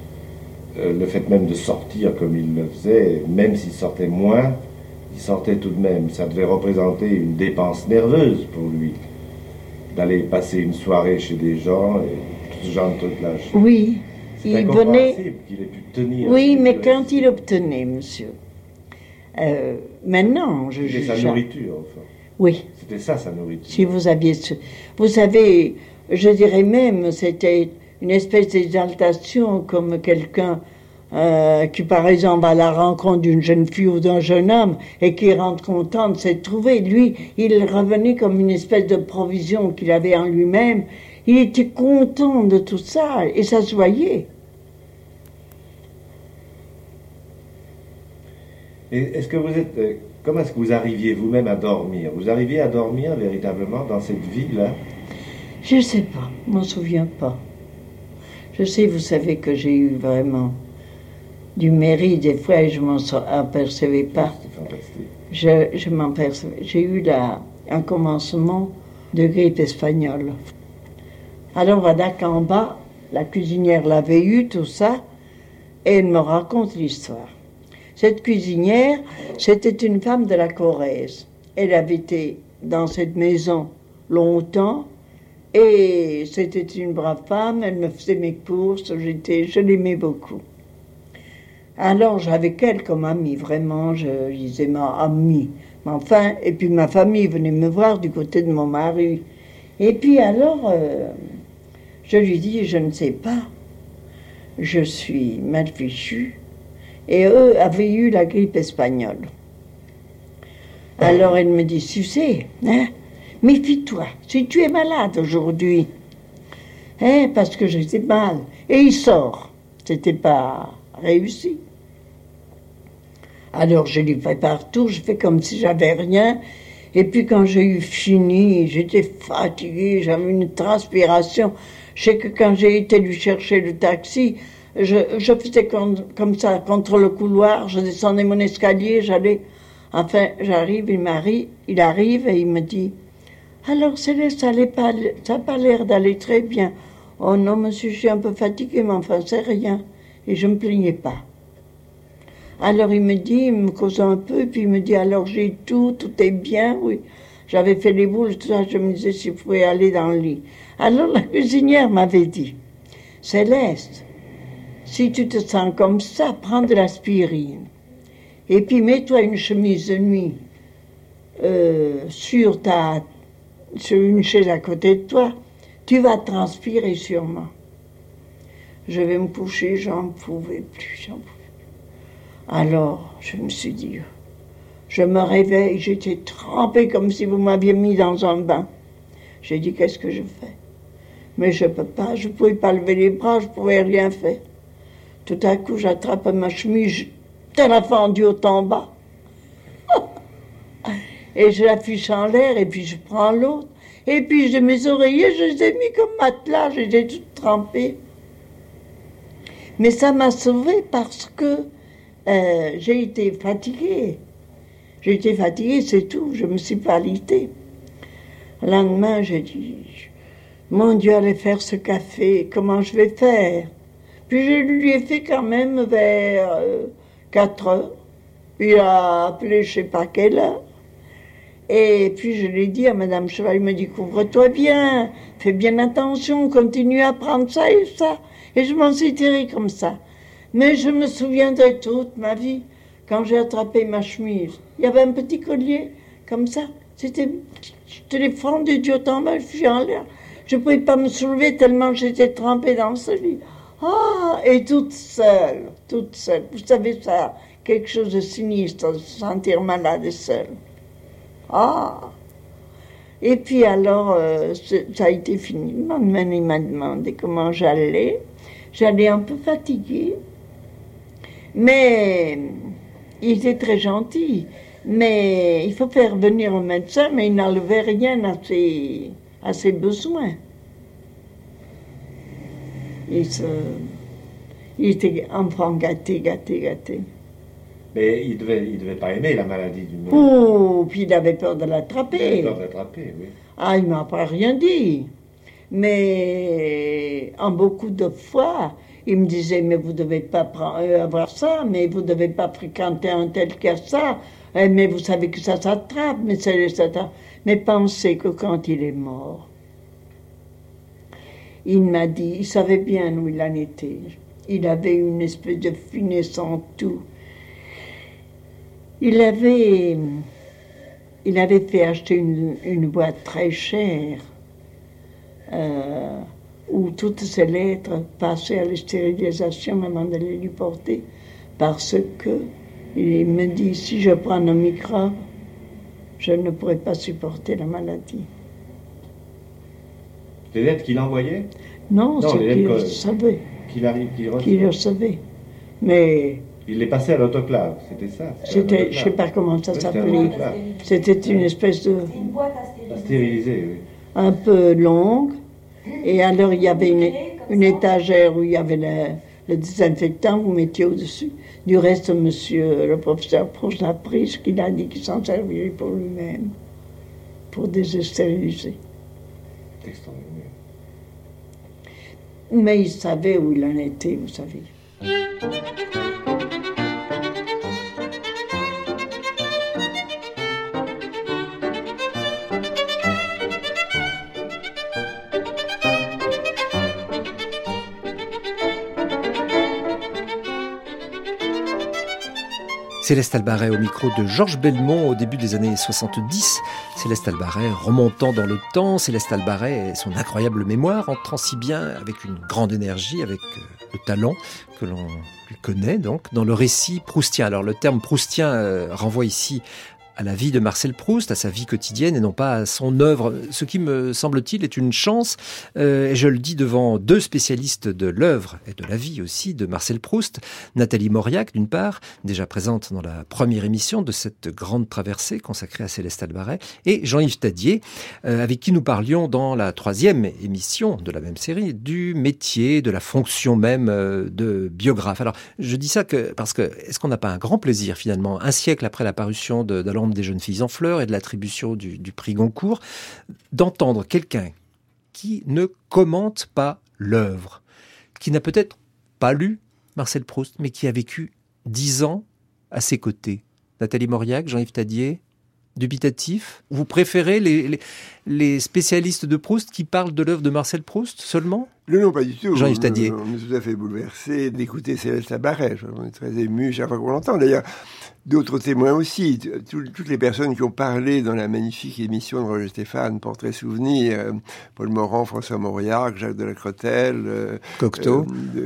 de sortir comme il le faisait, même s'il sortait moins, il sortait tout de même. Ça devait représenter une dépense nerveuse pour lui, d'aller passer une soirée chez des gens et tout ce genre de trucs-là. Oui, c'est il venait... qu'il ait pu tenir. Oui, mais quand il obtenait, monsieur, maintenant, c'était sa nourriture, enfin. Oui. C'était ça, sa nourriture. Si vous aviez... Vous savez, je dirais même, c'était une espèce d'exaltation comme quelqu'un qui, par exemple, va à la rencontre d'une jeune fille ou d'un jeune homme et qui rentre content de s'être trouvé. Lui, il revenait comme une espèce de provision qu'il avait en lui-même. Il était content de tout ça et ça se voyait. Et est-ce que vous êtes... comment est-ce que vous arriviez vous-même à dormir? Vous arriviez à dormir véritablement dans cette vie-là? Je ne sais pas, je m'en souviens pas. Je sais, vous savez que j'ai eu vraiment du mérite des fois et je m'en apercevais pas. C'est fantastique. Je m'en percevais. J'ai eu un commencement de grippe espagnole. Alors voilà qu'en bas, la cuisinière l'avait eu, tout ça, et elle me raconte l'histoire. Cette cuisinière, c'était une femme de la Corrèze. Elle avait été dans cette maison longtemps, et c'était une brave femme, elle me faisait mes courses, je l'aimais beaucoup. Alors j'avais elle comme amie, vraiment, je disais ma amie. Mais enfin, et puis ma famille venait me voir du côté de mon mari. Et puis alors, je lui dis, je ne sais pas, je suis mal fichue. Et eux avaient eu la grippe espagnole. Alors elle me dit, tu sais, hein, méfie-toi, si tu es malade aujourd'hui, hein, parce que j'étais mal. Et il sort. C'était pas réussi. Alors je lui fais partout, je fais comme si j'avais rien. Et puis quand j'ai eu fini, j'étais fatiguée, j'avais une transpiration. Je sais que quand j'ai été lui chercher le taxi, je faisais comme ça contre le couloir, je descendais mon escalier, j'allais. Enfin, j'arrive, il arrive et il me dit « Alors Céleste, ça n'a pas l'air d'aller très bien. »« Oh non, monsieur, je suis un peu fatiguée, mais enfin, c'est rien. » Et je ne me plaignais pas. Alors il me cause un peu, puis il me dit « Alors j'ai tout est bien, oui. » J'avais fait les boules, tout ça, je me disais si je pouvais aller dans le lit. Alors la cuisinière m'avait dit « Céleste, si tu te sens comme ça, prends de l'aspirine. Et puis mets-toi une chemise de nuit sur une chaise à côté de toi. Tu vas transpirer sûrement. » Je vais me coucher, j'en pouvais plus. Alors, je me suis dit, je me réveille, j'étais trempée comme si vous m'aviez mis dans un bain. J'ai dit, qu'est-ce que je fais? Mais je peux pas, je pouvais pas lever les bras, je pouvais rien faire. Tout à coup, j'attrape ma chemise, je la fends du haut en bas. Et je la fiche en l'air, et puis je prends l'autre. Et puis j'ai mes oreillers, je les ai mis comme matelas, j'étais toute trempée. Mais ça m'a sauvée parce que j'ai été fatiguée. J'ai été fatiguée, c'est tout, je me suis pas alitée. Le lendemain, j'ai dit, mon Dieu, allez faire ce café, comment je vais faire? Puis je lui ai fait quand même vers 4 heures. Puis il a appelé je sais pas quelle heure. Et puis je l'ai dit à Madame Cheval, il me dit, couvre-toi bien, fais bien attention, continue à prendre ça et ça. Et je m'en suis tirée comme ça. Mais je me souviendrai toute ma vie, quand j'ai attrapé ma chemise, il y avait un petit collier, comme ça. Je te l'ai fendu du haut en bas, je suis en l'air. Je ne pouvais pas me soulever tellement j'étais trempée dans ce lit. Ah, et toute seule. Vous savez ça, quelque chose de sinistre, de se sentir malade et seule. Ah. Et puis alors, ça a été fini. Le lendemain, il m'a demandé comment j'allais. J'allais un peu fatiguée. Mais il était très gentil. Mais il faut faire venir un médecin, mais il n'enlevait rien à ses besoins. Il était enfant gâté. Mais il devait pas aimer la maladie du monde. Oh, puis il avait peur de l'attraper. Il avait peur de l'attraper, oui. Ah, il m'a pas rien dit. Mais en beaucoup de fois, il me disait, mais vous devez pas avoir ça, mais vous devez pas fréquenter un tel qui a ça, mais vous savez que ça s'attrape, mais pensez que quand il est mort, il m'a dit, il savait bien où il en était. Il avait une espèce de finesse en tout. Il avait fait acheter une boîte très chère où toutes ces lettres passaient à la stérilisation avant de les lui porter, parce que il me dit, si je prends un microbe, je ne pourrais pas supporter la maladie. Les lettres qu'il envoyait? Non, c'est qu'il savait. Qu'il le savait. Mais... il les passait à l'autoclave, c'était ça? Je ne sais pas comment ça s'appelait. C'était une espèce de... une boîte à stériliser, oui. Un peu longue. Et alors il y avait une... comme une étagère où il y avait le désinfectant, vous mettiez au-dessus. Du reste, le professeur Proust a pris ce qu'il a dit qu'il s'en servirait pour lui-même, pour désestériliser. Mais il savait où il en était, vous savez. Céleste Albaret au micro de Georges Belmont au début des années 70. Céleste Albaret remontant dans le temps, Céleste Albaret et son incroyable mémoire entrant si bien avec une grande énergie, avec le talent que l'on lui connaît donc, dans le récit proustien. Alors le terme proustien renvoie ici à la vie de Marcel Proust, à sa vie quotidienne et non pas à son œuvre. Ce qui me semble-t-il est une chance, et je le dis devant deux spécialistes de l'œuvre et de la vie aussi de Marcel Proust, Nathalie Mauriac d'une part, déjà présente dans la première émission de cette grande traversée consacrée à Céleste Albaret, et Jean-Yves Tadier, avec qui nous parlions dans la troisième émission de la même série, du métier, de la fonction même de biographe. Alors je dis ça parce que est-ce qu'on n'a pas un grand plaisir finalement, un siècle après la parution de des jeunes filles en fleurs et de l'attribution du prix Goncourt, d'entendre quelqu'un qui ne commente pas l'œuvre, qui n'a peut-être pas lu Marcel Proust, mais qui a vécu 10 ans à ses côtés. Nathalie Mauriac, Jean-Yves Tadier, dubitatif. Vous préférez les spécialistes de Proust qui parlent de l'œuvre de Marcel Proust seulement ? Non, pas du tout. Jean-Yves Tadier. On est tout à fait bouleversé d'écouter Céleste Albaret. On est très ému chaque fois qu'on l'entend. D'ailleurs, d'autres témoins aussi. Toutes les personnes qui ont parlé dans la magnifique émission de Roger Stéphane, Portrait Souvenir, Paul Morand, François Mauriac, Jacques Delacrotelle, Cocteau,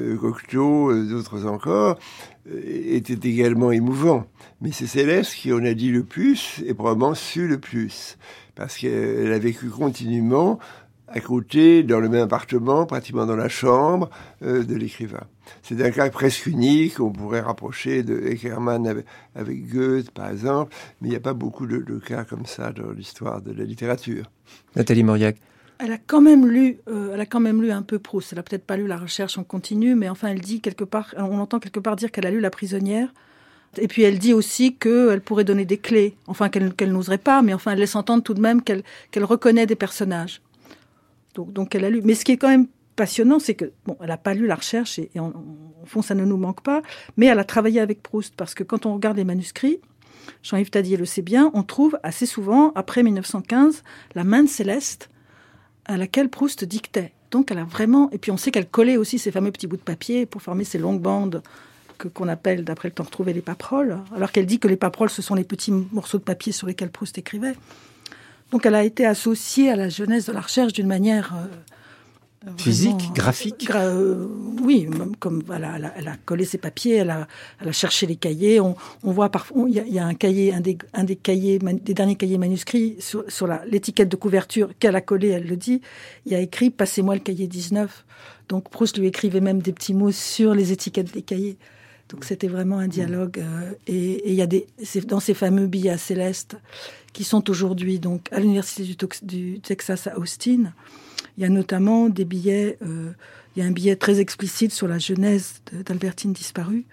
d'autres encore, étaient également émouvants. Mais c'est Céleste qui en a dit le plus et probablement su le plus. Parce qu'elle a vécu continuellement à côté, dans le même appartement, pratiquement dans la chambre de l'écrivain. C'est un cas presque unique, on pourrait rapprocher de Eckermann avec Goethe, par exemple, mais il n'y a pas beaucoup de cas comme ça dans l'histoire de la littérature. Nathalie Mauriac. Elle a quand même lu un peu Proust. Elle a peut-être pas lu La Recherche en continu, mais enfin, elle dit quelque part, on entend quelque part dire qu'elle a lu La Prisonnière. Et puis elle dit aussi qu'elle pourrait donner des clés, enfin qu'elle n'oserait pas, mais enfin elle laisse entendre tout de même qu'elle reconnaît des personnages. Donc elle a lu. Mais ce qui est quand même passionnant, c'est que elle n'a pas lu La Recherche et au fond ça ne nous manque pas, mais elle a travaillé avec Proust parce que quand on regarde les manuscrits, Jean-Yves Tadier le sait bien, on trouve assez souvent après 1915 la main de Céleste à laquelle Proust dictait. Donc elle a vraiment, et puis on sait qu'elle collait aussi ces fameux petits bouts de papier pour former ces longues bandes qu'on appelle, d'après le temps retrouvé, les paperoles, alors qu'elle dit que les paperoles, ce sont les petits morceaux de papier sur lesquels Proust écrivait. Donc elle a été associée à la jeunesse de La Recherche d'une manière physique, vraiment, graphique. Oui, comme voilà, elle a collé ses papiers, elle a cherché les cahiers. On voit parfois, il y a un cahier, des derniers cahiers manuscrits sur l'étiquette de couverture qu'elle a collé. Elle le dit. Il y a écrit "Passez-moi le cahier 19". Donc Proust lui écrivait même des petits mots sur les étiquettes des cahiers. Donc c'était vraiment un dialogue. Et il y a c'est dans ces fameux billets à Céleste qui sont aujourd'hui donc à l'université du Texas à Austin. Il y a notamment des billets. Il y a un billet très explicite sur la genèse d'Albertine disparue,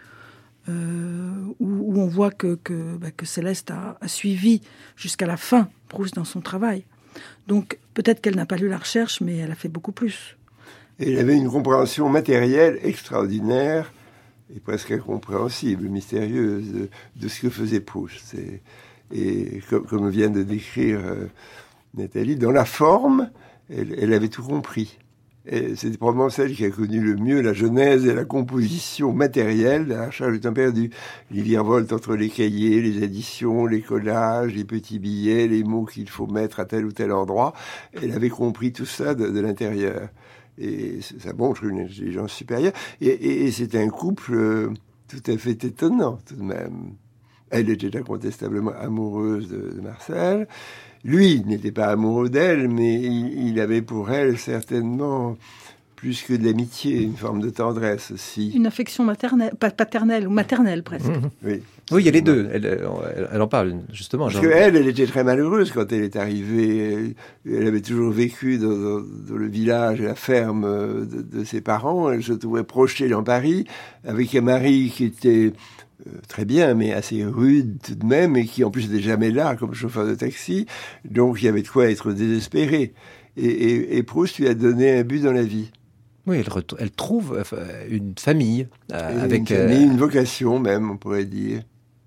où on voit que Céleste a suivi jusqu'à la fin Proust dans son travail. Donc peut-être qu'elle n'a pas lu La Recherche, mais elle a fait beaucoup plus. Et elle avait une compréhension matérielle extraordinaire et presque incompréhensible, mystérieuse de ce que faisait Proust. Et comme vient de décrire Nathalie, dans la forme, elle avait tout compris. Et c'est probablement celle qui a connu le mieux la genèse et la composition matérielle de La Recherche du temps perdu. Les virevoltes entre les cahiers, les additions, les collages, les petits billets, les mots qu'il faut mettre à tel ou tel endroit. Elle avait compris tout ça de l'intérieur. Et ça montre une intelligence supérieure. Et c'est un couple tout à fait étonnant, tout de même. Elle était incontestablement amoureuse de Marcel. Lui n'était pas amoureux d'elle, mais il avait pour elle certainement plus que de l'amitié, une forme de tendresse aussi. Une affection maternelle, paternelle ou maternelle presque. Oui. Oui, il y a les deux. Elle en parle, justement. Parce qu'elle était très malheureuse quand elle est arrivée. Elle avait toujours vécu dans le village, la ferme de ses parents. Elle se trouvait projetée dans Paris, avec un mari qui était très bien, mais assez rude tout de même, et qui en plus n'était jamais là comme chauffeur de taxi. Donc il y avait de quoi être désespéré. Et Proust lui a donné un but dans la vie. Oui, elle trouve une famille. Avec une famille, une vocation même, on pourrait dire.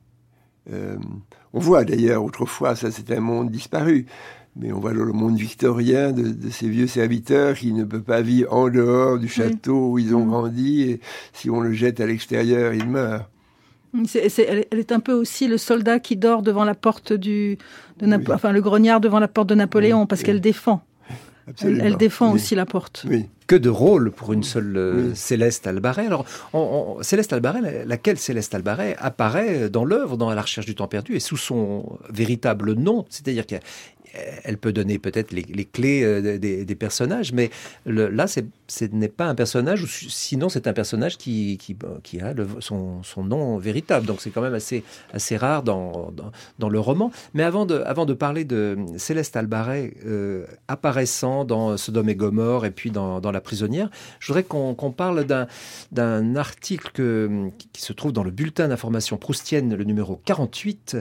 On voit d'ailleurs, autrefois, ça c'était un monde disparu, mais on voit le monde victorien de ces vieux serviteurs qui ne peuvent pas vivre en dehors du château où ils ont grandi, et si on le jette à l'extérieur, il meurt. Elle est un peu aussi le soldat qui dort devant la porte enfin le grognard devant la porte de Napoléon, parce qu'elle défend. Elle défend aussi la porte. Oui. Que de rôle pour une seule Céleste Albaret. Alors, Céleste Albaret, laquelle Céleste Albaret apparaît dans l'œuvre, dans À la recherche du temps perdu, et sous son véritable nom. C'est-à-dire qu'elle peut donner peut-être les clés des personnages, mais là, ce n'est pas un personnage, ou sinon c'est un personnage qui a son nom véritable. Donc c'est quand même assez rare dans le roman. Mais avant de parler de Céleste Albaret apparaissant dans Sodome et Gomorrhe et puis dans La prisonnière, je voudrais qu'on parle d'un article qui se trouve dans le bulletin d'information proustienne, le numéro 48,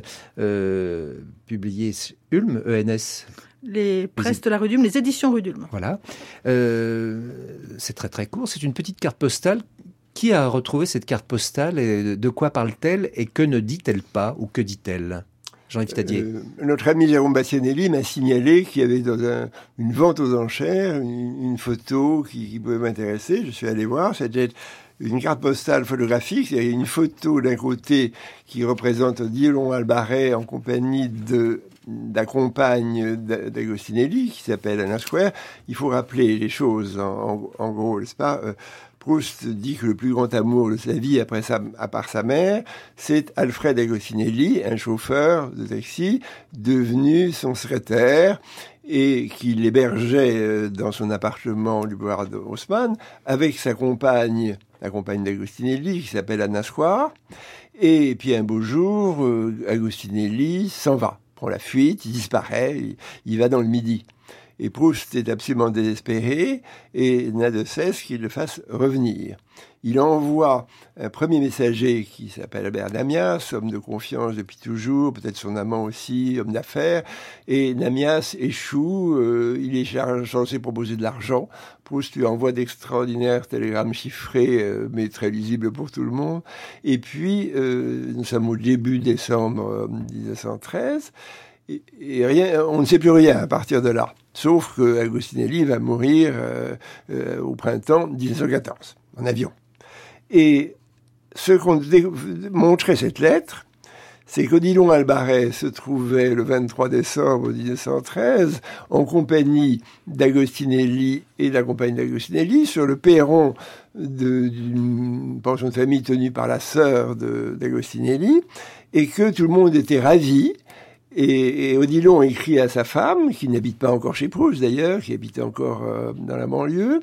publié Ulm, ENS. Les presses de la rue d'Ulm, les éditions rue d'Ulm. Voilà. C'est très très court. C'est une petite carte postale. Qui a retrouvé cette carte postale et de quoi parle-t-elle et que ne dit-elle pas ou que dit-elle ? Jean-Yves Tadier. Notre ami Jérôme Bastianelli m'a signalé qu'il y avait dans une vente aux enchères une photo qui pouvait m'intéresser. Je suis allé voir. C'était une carte postale photographique. Il y a une photo d'un côté qui représente Odilon Albaret en compagnie de la compagne d'Agostinelli qui s'appelle Anna Square. Il faut rappeler les choses en gros, n'est-ce pas ? Proust dit que le plus grand amour de sa vie, à part sa mère, c'est Alfred Agostinelli, un chauffeur de taxi, devenu son secrétaire et qu'il hébergeait dans son appartement du boulevard de Haussmann avec sa compagne, la compagne d'Agostinelli, qui s'appelle Anna Square. Et puis un beau jour, Agostinelli s'en va, prend la fuite, il disparaît, il va dans le Midi. Et Proust est absolument désespéré et n'a de cesse qu'il le fasse revenir. Il envoie un premier messager qui s'appelle Albert Namias, homme de confiance depuis toujours, peut-être son amant aussi, homme d'affaires. Et Namias échoue, il est censé proposer de l'argent. Proust lui envoie d'extraordinaires télégrammes chiffrés, mais très lisibles pour tout le monde. Et puis, nous sommes au début décembre 1913. Et rien, on ne sait plus rien à partir de là. Sauf que Agostinelli va mourir au printemps 1914, en avion. Et ce qu'on montrait cette lettre, c'est qu'Odilon Albaret se trouvait le 23 décembre 1913 en compagnie d'Agostinelli et de la compagne d'Agostinelli sur le perron d'une pension de famille tenue par la sœur d'Agostinelli, et que tout le monde était ravi. Et Odilon écrit à sa femme, qui n'habite pas encore chez Proust d'ailleurs, qui habite encore dans la banlieue,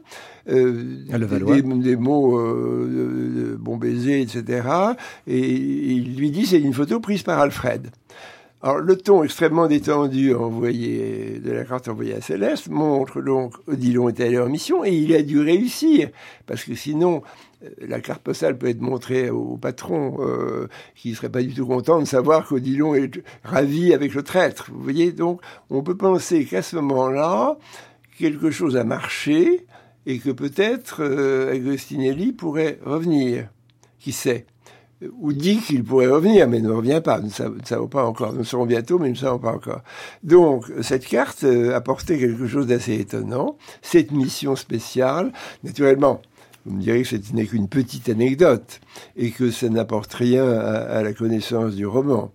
des mots de bon baiser, etc. Et il lui dit c'est une photo prise par Alfred. Alors le ton extrêmement détendu de la carte envoyée à Céleste montre donc Odilon est allé en mission et il a dû réussir, parce que sinon la carte postale peut être montrée au patron qui ne serait pas du tout content de savoir qu'Odilon est ravi avec le traître. Vous voyez, donc on peut penser qu'à ce moment-là, quelque chose a marché et que peut-être Agostinelli pourrait revenir. Qui sait ? Ou dit qu'il pourrait revenir, mais ne revient pas. Nous ne savons pas encore. Nous le saurons bientôt, mais nous ne savons pas encore. Donc, cette carte apportait quelque chose d'assez étonnant. Cette mission spéciale, naturellement, vous me direz que ce n'est qu'une petite anecdote et que ça n'apporte rien à la connaissance du roman.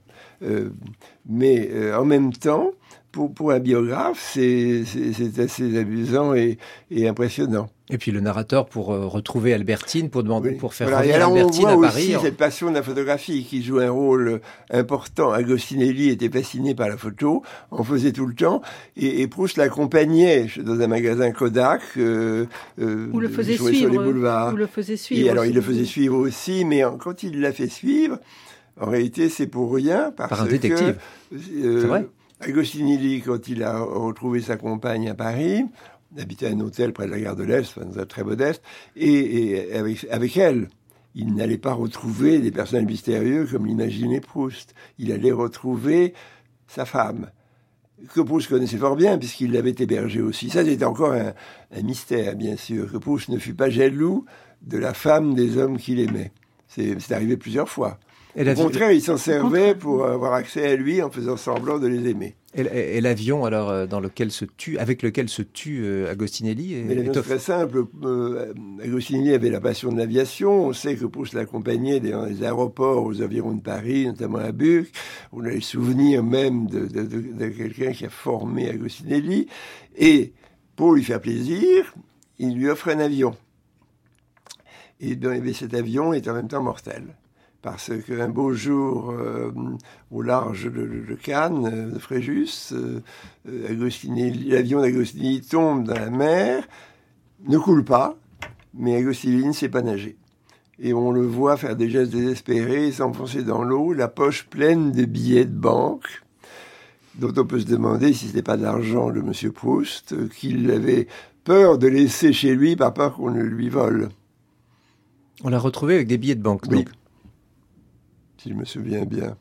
Mais en même temps, pour un biographe, c'est assez amusant et impressionnant. Et puis le narrateur pour retrouver Albertine, pour demander, pour faire revenir Albertine à Paris. On voit aussi cette passion de la photographie qui joue un rôle important. Agostinelli était fasciné par la photo, en faisait tout le temps, et Proust l'accompagnait dans un magasin Kodak, où le faisait suivre, sur les boulevards. Où le faisait suivre. Et alors il le faisait suivre aussi, mais quand il l'a fait suivre, En réalité, c'est pour rien, parce Par un détective. C'est vrai. Agostinelli, quand il a retrouvé sa compagne à Paris, habitait à un hôtel près de la gare de l'Est, très modeste, et avec elle, il n'allait pas retrouver des personnages mystérieux comme l'imaginait Proust. Il allait retrouver sa femme, que Proust connaissait fort bien, puisqu'il l'avait hébergée aussi. Ça, c'était encore un mystère, bien sûr, que Proust ne fut pas jaloux de la femme des hommes qu'il aimait. C'est arrivé plusieurs fois. Au contraire, il s'en servait pour avoir accès à lui en faisant semblant de les aimer. Et l'avion, alors, avec lequel se tue Agostinelli Mais la chose très simple. Agostinelli avait la passion de l'aviation. On sait que Proust l'accompagnait dans les aéroports aux environs de Paris, notamment à Buc. On a les souvenirs même de quelqu'un qui a formé Agostinelli. Et pour lui faire plaisir, il lui offre un avion. Et cet avion est en même temps mortel. Parce qu'un beau jour, au large de Cannes, de Fréjus, l'avion d'Agostinelli tombe dans la mer, ne coule pas, mais Agostinelli ne sait pas nager. Et on le voit faire des gestes désespérés, s'enfoncer dans l'eau, la poche pleine de billets de banque, dont on peut se demander si ce n'était pas de l'argent de M. Proust, qu'il avait peur de laisser chez lui par peur qu'on ne lui vole. On l'a retrouvé avec des billets de banque, oui. Donc. Si je me souviens bien.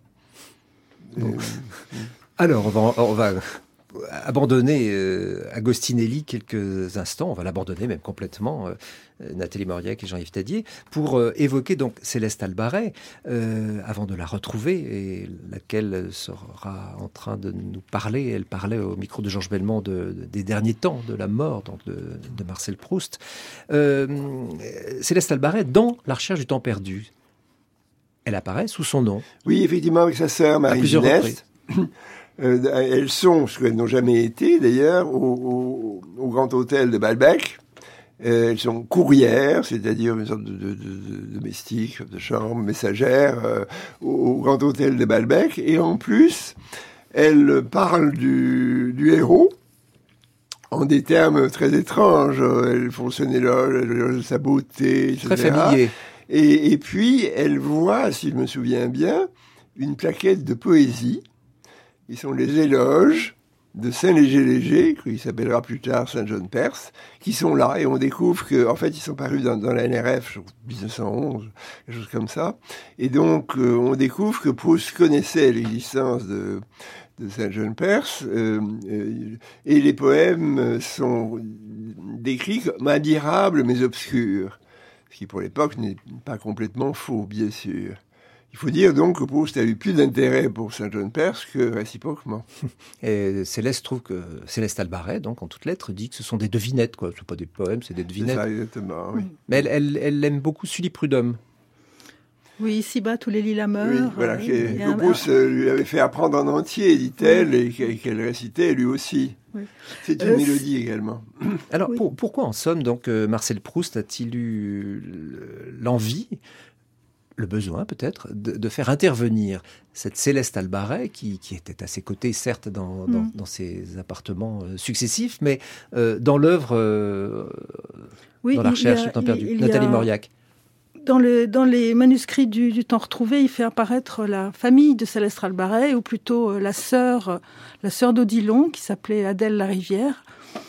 Alors, on va abandonner Agostinelli quelques instants. On va l'abandonner même complètement, Nathalie Mauriac et Jean-Yves Tadier, pour évoquer donc Céleste Albaret, avant de la retrouver, et laquelle sera en train de nous parler. Elle parlait au micro de Georges Bellemont des derniers temps, de la mort donc de Marcel Proust. Céleste Albaret, dans La recherche du temps perdu, elle apparaît sous son nom. Oui, effectivement, avec sa sœur Marie Gineste. Elles sont, ce qu'elles n'ont jamais été d'ailleurs, au Grand Hôtel de Balbec. Elles sont courrières, c'est-à-dire une sorte de domestique, de chambre, messagère, au Grand Hôtel de Balbec. Et en plus, elles parlent du héros en des termes très étranges. Elles font son éloge de sa beauté, etc. Très familier. Et puis, elle voit, si je me souviens bien, une plaquette de poésie. Ils sont les éloges de Saint-Léger-Léger, qui s'appellera plus tard Saint-Jean-Perse, qui sont là. Et on découvre qu'en fait, ils sont parus dans la NRF, en 1911, quelque chose comme ça. Et donc, on découvre que Proust connaissait l'existence de Saint-Jean-Perse. Et les poèmes sont décrits comme admirables mais obscurs. Ce qui, pour l'époque, n'est pas complètement faux, bien sûr. Il faut dire donc que Proust a eu plus d'intérêt pour Saint-Jean-Perse que réciproquement. Et Céleste trouve que Céleste Albaret, donc en toutes lettres, dit que ce sont des devinettes, quoi. C'est pas des poèmes, c'est des devinettes. C'est ça, exactement, oui. Mais elle aime beaucoup Sully Prudhomme. Oui, ici-bas, tous les lilas meurent. Oui, voilà, que Proust lui avait fait apprendre en entier, dit-elle, et qu'elle récitait lui aussi. Oui. C'est une mélodie également. Alors, pourquoi en somme, donc, Marcel Proust a-t-il eu l'envie, le besoin peut-être, de faire intervenir cette Céleste Albaret, qui était à ses côtés, certes, dans ses appartements successifs, mais dans l'œuvre, dans la recherche du temps perdu. Nathalie Mauriac. Dans les manuscrits du temps retrouvé, il fait apparaître la famille de Céleste Albaret, ou plutôt la sœur d'Odilon, qui s'appelait Adèle Larivière.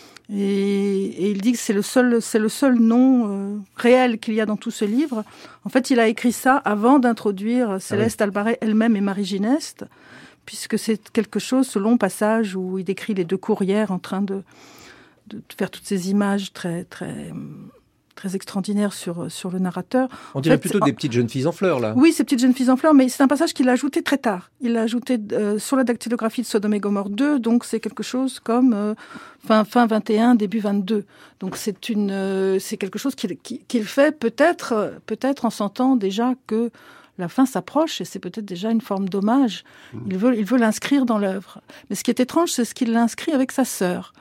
Et il dit que c'est le seul nom réel qu'il y a dans tout ce livre. En fait, il a écrit ça avant d'introduire Céleste Albaret elle-même et Marie Gineste, puisque c'est quelque chose, ce long passage où il décrit les deux courrières en train de faire toutes ces images très extraordinaire sur le narrateur. On dirait plutôt des petites jeunes filles en fleurs, là. Oui, ces petites jeunes filles en fleurs, mais c'est un passage qu'il a ajouté très tard. Il l'a ajouté sur la dactylographie de Sodome et Gomorrhe 2, donc c'est quelque chose comme fin 21, début 22. Donc c'est quelque chose qu'il fait peut-être en sentant déjà que la fin s'approche, et c'est peut-être déjà une forme d'hommage. Il veut l'inscrire dans l'œuvre. Mais ce qui est étrange, c'est ce qu'il l'inscrit avec sa sœur.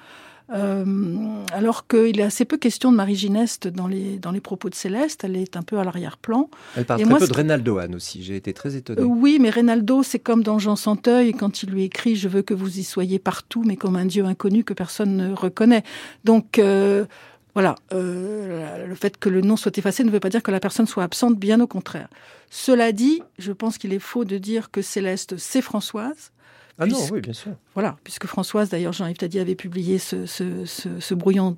Alors qu'il est assez peu question de Marie Gineste dans les propos de Céleste, elle est un peu à l'arrière-plan. Elle parle très peu de Reynaldo Hahn aussi, j'ai été très étonné. Oui, mais Reynaldo, c'est comme dans Jean Santeuil, quand il lui écrit « Je veux que vous y soyez partout, mais comme un Dieu inconnu que personne ne reconnaît ». Donc, Voilà, le fait que le nom soit effacé ne veut pas dire que la personne soit absente, bien au contraire. Cela dit, je pense qu'il est faux de dire que Céleste, c'est Françoise. Ah non, oui, bien sûr. Voilà, puisque Françoise, d'ailleurs, Jean-Yves Tadier avait publié ce brouillon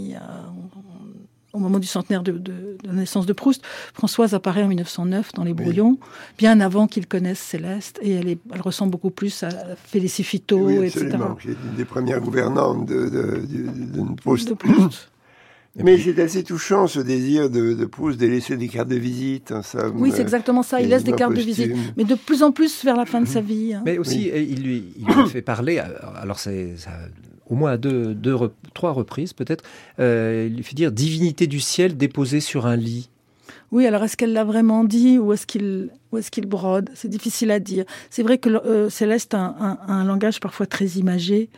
au moment du centenaire de la naissance de Proust. Françoise apparaît en 1909 dans les brouillons, bien avant qu'il connaisse Céleste, et elle ressemble beaucoup plus à Félicifito, etc. Qui est une des premières gouvernantes de Proust. De Proust. Mais c'est assez touchant, ce désir de Proust de laisser des cartes de visite, en somme. Oui, c'est exactement ça. Il laisse des cartes de visite, mais de plus en plus vers la fin de sa vie. Hein. Mais aussi, il lui fait parler, alors c'est au moins à 3 reprises peut-être, il lui fait dire « divinité du ciel déposée sur un lit ». Oui, alors est-ce qu'elle l'a vraiment dit ou est-ce qu'il brode ? C'est difficile à dire. C'est vrai que Céleste a un langage parfois très imagé.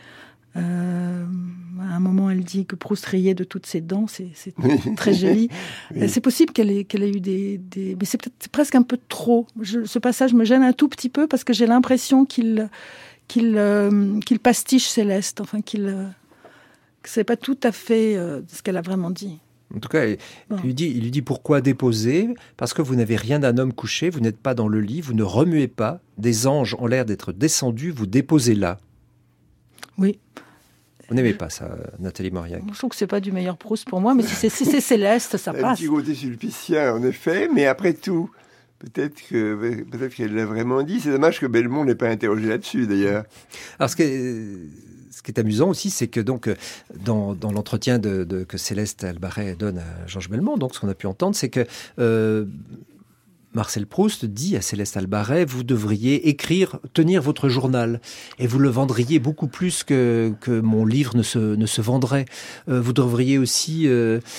À un moment, elle dit que Proust riait de toutes ses dents. C'est très joli. Oui. C'est possible qu'elle ait eu des... Mais c'est presque un peu trop. Ce passage me gêne un tout petit peu parce que j'ai l'impression qu'il pastiche Céleste. Enfin, que c'est pas tout à fait ce qu'elle a vraiment dit. En tout cas, il lui dit pourquoi déposer ? Parce que vous n'avez rien d'un homme couché, vous n'êtes pas dans le lit, vous ne remuez pas. Des anges ont l'air d'être descendus, vous déposez là. Oui. Vous n'aimez pas ça, Nathalie Mauriac ? Je trouve que c'est pas du meilleur Proust pour moi, mais si c'est Céleste, ça passe. Un petit côté sulpicien, en effet, mais après tout, peut-être qu'elle l'a vraiment dit. C'est dommage que Belmont n'ait pas interrogé là-dessus, d'ailleurs. Alors, ce qui est amusant aussi, c'est que donc dans l'entretien que Céleste Albaret donne à Georges Belmont, donc ce qu'on a pu entendre, c'est que Marcel Proust dit à Céleste Albaret, vous devriez tenir votre journal, et vous le vendriez beaucoup plus que mon livre ne se vendrait. Vous devriez aussi...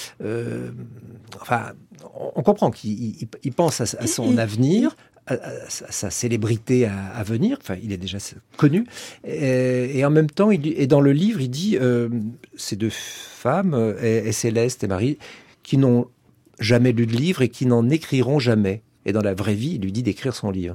on comprend qu'il pense à son avenir, à sa célébrité à venir, enfin il est déjà connu, et en même temps, et dans le livre, il dit ces 2 femmes, et Céleste et Marie, qui n'ont jamais lu de livre et qui n'en écriront jamais. Et dans la vraie vie, il lui dit d'écrire son livre.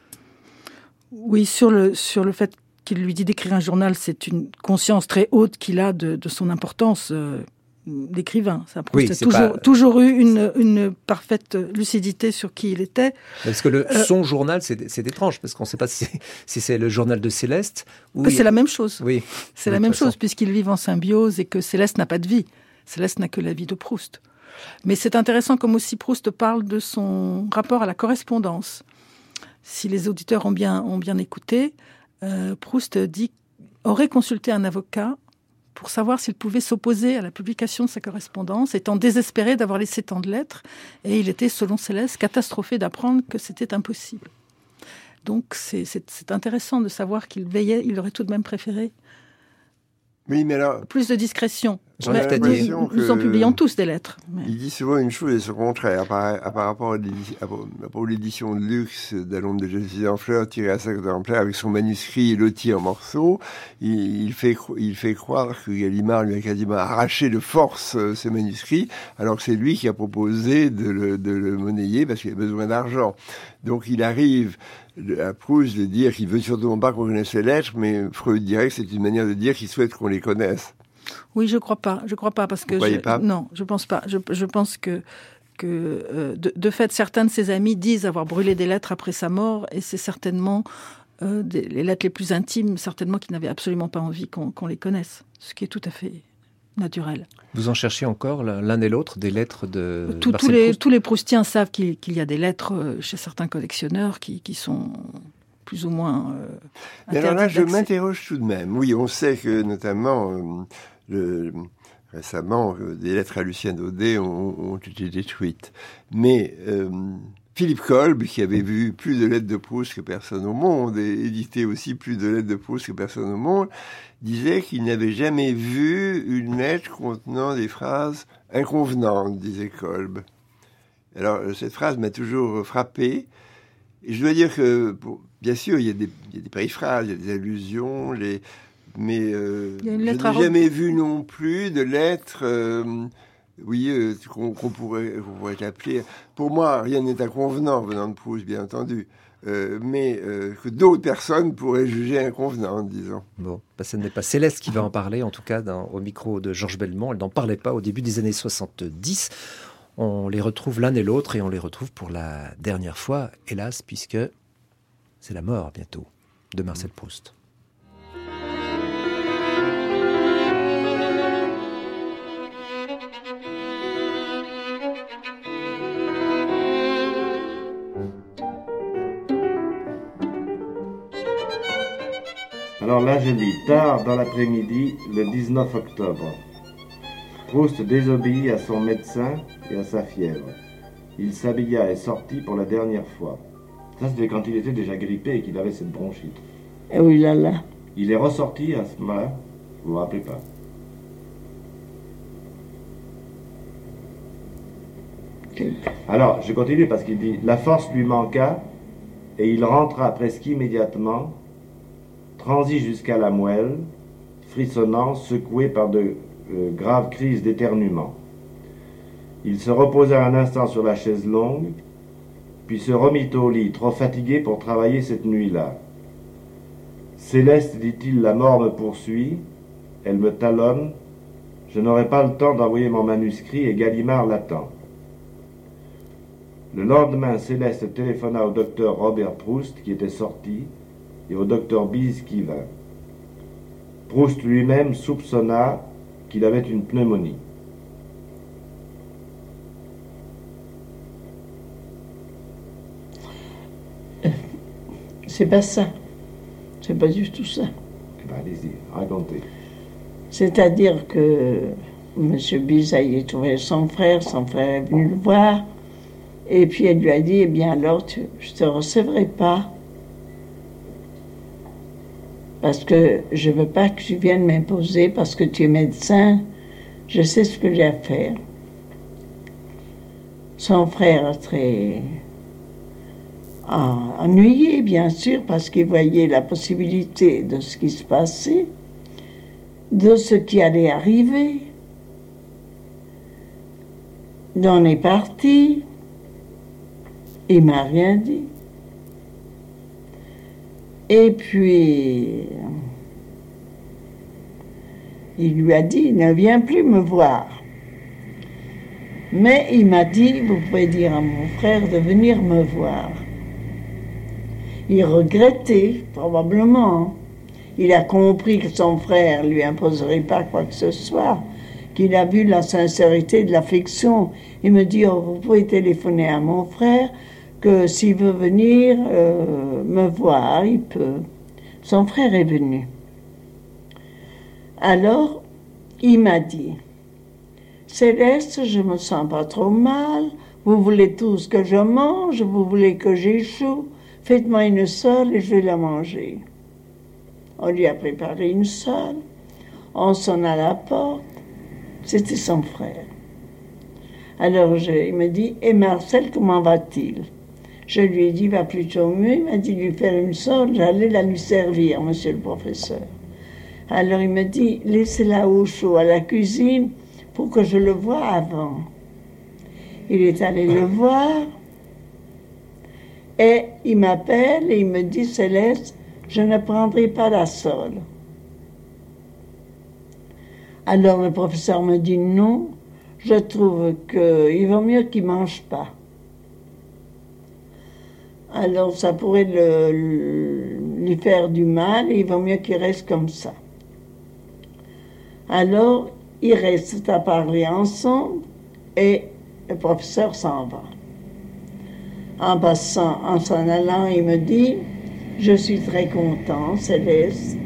Oui, sur le fait qu'il lui dit d'écrire un journal, c'est une conscience très haute qu'il a de son importance d'écrivain. Ça toujours eu une parfaite lucidité sur qui il était. Parce que son journal, c'est étrange, parce qu'on ne sait pas si c'est le journal de Céleste. C'est la même chose. Oui. C'est la même chose, puisqu'ils vivent en symbiose et que Céleste n'a pas de vie. Céleste n'a que la vie de Proust. Mais c'est intéressant comme aussi Proust parle de son rapport à la correspondance. Si les auditeurs ont bien écouté, Proust aurait consulté un avocat pour savoir s'il pouvait s'opposer à la publication de sa correspondance, étant désespéré d'avoir laissé tant de lettres. Et il était, selon Céleste, catastrophé d'apprendre que c'était impossible. Donc c'est intéressant de savoir qu'il aurait tout de même préféré oui, mais alors, plus de discrétion. Nous en publions tous des lettres. Mais... Il dit souvent une chose et son contraire. Par rapport à l'édition de luxe d'Alombe de Jésus en fleurs, tirée à 5 exemplaires avec son manuscrit loti en morceaux, il fait croire que Gallimard lui a quasiment arraché de force ce manuscrit, alors que c'est lui qui a proposé de le monnayer parce qu'il a besoin d'argent. Donc il arrive à Proust de dire qu'il veut surtout pas qu'on connaisse ses lettres, mais Freud dirait que c'est une manière de dire qu'il souhaite qu'on les connaisse. Oui, je crois pas parce que vous croyez pas ? Non, je pense pas. Je pense que de fait, certains de ses amis disent avoir brûlé des lettres après sa mort, et c'est certainement les lettres les plus intimes, certainement qu'ils n'avaient absolument pas envie qu'on les connaisse, ce qui est tout à fait naturel. Vous en cherchez encore l'un et l'autre des lettres de tous les Proustiens savent qu'il y a des lettres chez certains collectionneurs qui sont plus ou moins mais alors là, je m'interroge tout de même. Oui, on sait que notamment récemment, des lettres à Lucien Daudet ont été détruites. Mais Philippe Kolb, qui avait vu plus de lettres de Proust que personne au monde, et édité aussi plus de lettres de Proust que personne au monde, disait qu'il n'avait jamais vu une lettre contenant des phrases inconvenantes, disait Kolb. Alors, cette phrase m'a toujours frappé. Et je dois dire que, bien sûr, il y a des périphrases, il y a des allusions, mais je n'ai jamais vu non plus de lettres qu'on pourrait appeler... Pour moi, rien n'est inconvenant venant de Proust, bien entendu. mais que d'autres personnes pourraient juger inconvenant, disons. Bon, ce n'est pas Céleste qui va en parler, en tout cas au micro de Georges Bellemont. Elle n'en parlait pas au début des années 70. On les retrouve l'un et l'autre et on les retrouve pour la dernière fois, hélas, puisque c'est la mort bientôt de Marcel Proust. Alors là, je lis, tard dans l'après-midi, le 19 octobre. Proust désobéit à son médecin et à sa fièvre. Il s'habilla et sortit pour la dernière fois. Ça, c'était quand il était déjà grippé et qu'il avait cette bronchite. Et oui, là, là. Il est ressorti à ce moment-là, vous vous rappelez pas. Alors, je continue parce qu'il dit, la force lui manqua et il rentra presque immédiatement, transit jusqu'à la moelle, frissonnant, secoué par de graves crises d'éternuement. Il se reposa un instant sur la chaise longue, puis se remit au lit, trop fatigué pour travailler cette nuit-là. Céleste, dit-il, la mort me poursuit, elle me talonne, je n'aurai pas le temps d'envoyer mon manuscrit et Gallimard l'attend. Le lendemain, Céleste téléphona au docteur Robert Proust, qui était sorti, et au docteur Bise qui vint. Proust lui-même soupçonna qu'il avait une pneumonie. C'est pas ça. C'est pas du tout ça. Ben, allez-y, racontez. C'est-à-dire que M. Bise a y trouvé son frère est venu le voir, et puis elle lui a dit, eh bien alors, je te recevrai pas. Parce que je ne veux pas que tu viennes m'imposer, parce que tu es médecin, je sais ce que j'ai à faire. Son frère très ennuyé, bien sûr, parce qu'il voyait la possibilité de ce qui se passait, de ce qui allait arriver. On est parti, il m'a rien dit. Et puis, il lui a dit, ne viens plus me voir. Mais il m'a dit, vous pouvez dire à mon frère de venir me voir. Il regrettait, probablement. Il a compris que son frère ne lui imposerait pas quoi que ce soit, qu'il a vu la sincérité de l'affection. Il me dit, oh, vous pouvez téléphoner à mon frère, que s'il veut venir me voir, il peut. Son frère est venu. Alors, il m'a dit, Céleste, je me sens pas trop mal, vous voulez tous que je mange, vous voulez que j'échoue, faites-moi une sole et je vais la manger. On lui a préparé une sole, on sonna à la porte, c'était son frère. Alors il me dit, et Marcel, comment va-t-il? Je lui ai dit, va plutôt mieux. Il m'a dit de lui faire une sole, j'allais la lui servir, monsieur le professeur. Alors il me dit, laissez-la au chaud à la cuisine pour que je le voie avant. Il est allé le voir et il m'appelle et il me dit, Céleste, je ne prendrai pas la sole. Alors le professeur me dit, non, je trouve qu'il vaut mieux qu'il ne mange pas. Alors ça pourrait lui faire du mal et il vaut mieux qu'il reste comme ça. Alors, ils restent à parler ensemble et le professeur s'en va. En passant, en s'en allant, il me dit, je suis très content, Céleste.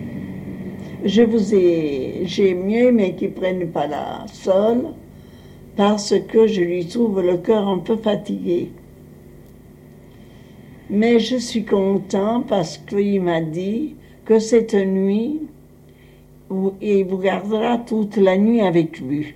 J'ai mieux aimé qu'il ne prenne pas la sole parce que je lui trouve le cœur un peu fatigué. Mais je suis content parce qu'il m'a dit que cette nuit, il vous gardera toute la nuit avec lui.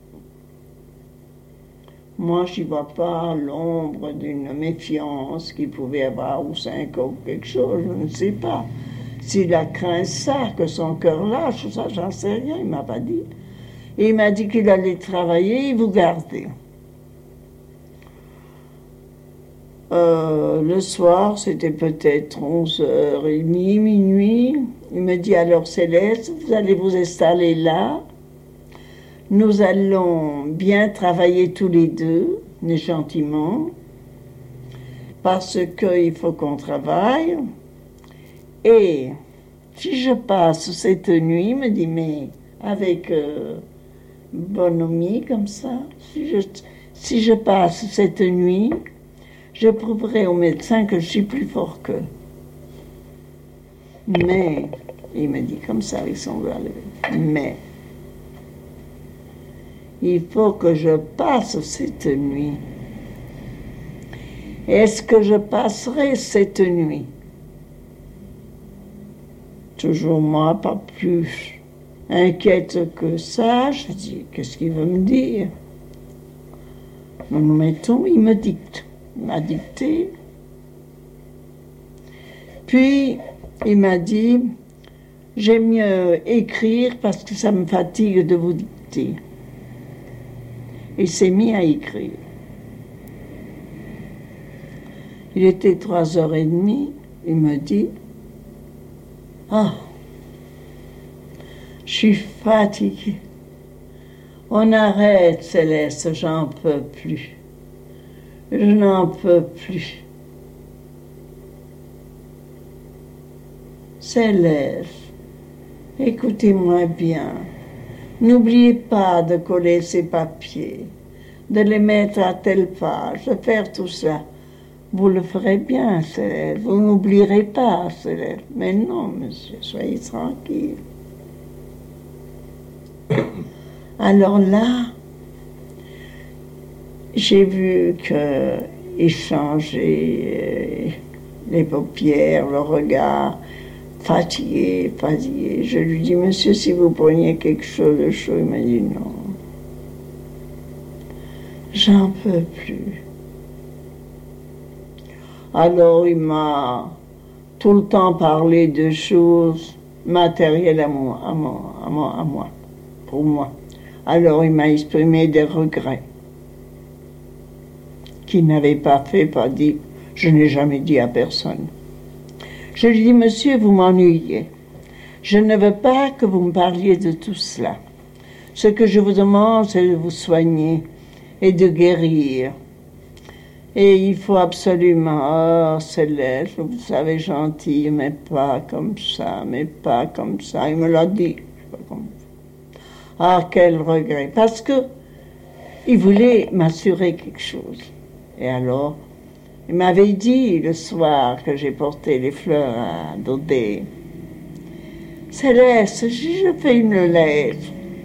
Moi, je n'y vois pas l'ombre d'une méfiance qu'il pouvait avoir ou 5 ans ou quelque chose, je ne sais pas. S'il a craint ça, que son cœur lâche, ça, j'en sais rien, il ne m'a pas dit. Et il m'a dit qu'il allait travailler et vous garder. Le soir, c'était peut-être 11h30, minuit. Il me dit, alors Céleste, vous allez vous installer là. Nous allons bien travailler tous les deux, mais gentiment, parce qu'il faut qu'on travaille. Et si je passe cette nuit, il me dit, mais avec bonhomie comme ça, si je passe cette nuit, je prouverai au médecin que je suis plus fort qu'eux. Mais, il me dit comme ça avec son doigt levé, mais il faut que je passe cette nuit. Est-ce que je passerai cette nuit? Toujours moi, pas plus inquiète que ça. Je dis, qu'est-ce qu'il veut me dire? Nous nous mettons, il me dicte. Il m'a dicté. Puis, il m'a dit, j'aime mieux écrire parce que ça me fatigue de vous dicter. Il s'est mis à écrire. Il était 3h30, il me dit, ah, je suis fatiguée. On arrête, Céleste, j'en peux plus. Je n'en peux plus. Céleste, écoutez-moi bien. N'oubliez pas de coller ces papiers, de les mettre à telle page, de faire tout ça. Vous le ferez bien, Céleste. Vous n'oublierez pas, Céleste. Mais non, monsieur, soyez tranquille. Alors là, j'ai vu qu'il changeait les paupières, le regard, fatigué. Je lui dis, monsieur, si vous preniez quelque chose de chaud, il m'a dit non. J'en peux plus. Alors il m'a tout le temps parlé de choses matérielles pour moi. Alors il m'a exprimé des regrets qu'il n'avait pas dit. Je n'ai jamais dit à personne. Je lui dis, monsieur, vous m'ennuyez. Je ne veux pas que vous me parliez de tout cela. Ce que je vous demande, c'est de vous soigner et de guérir. Et il faut absolument, oh Céleste, vous savez, gentil, mais pas comme ça, mais pas comme ça. Il me l'a dit. Ah, quel regret. Parce que il voulait m'assurer quelque chose. Et alors, il m'avait dit le soir que j'ai porté les fleurs à Daudet, Céleste, si je fais une lettre,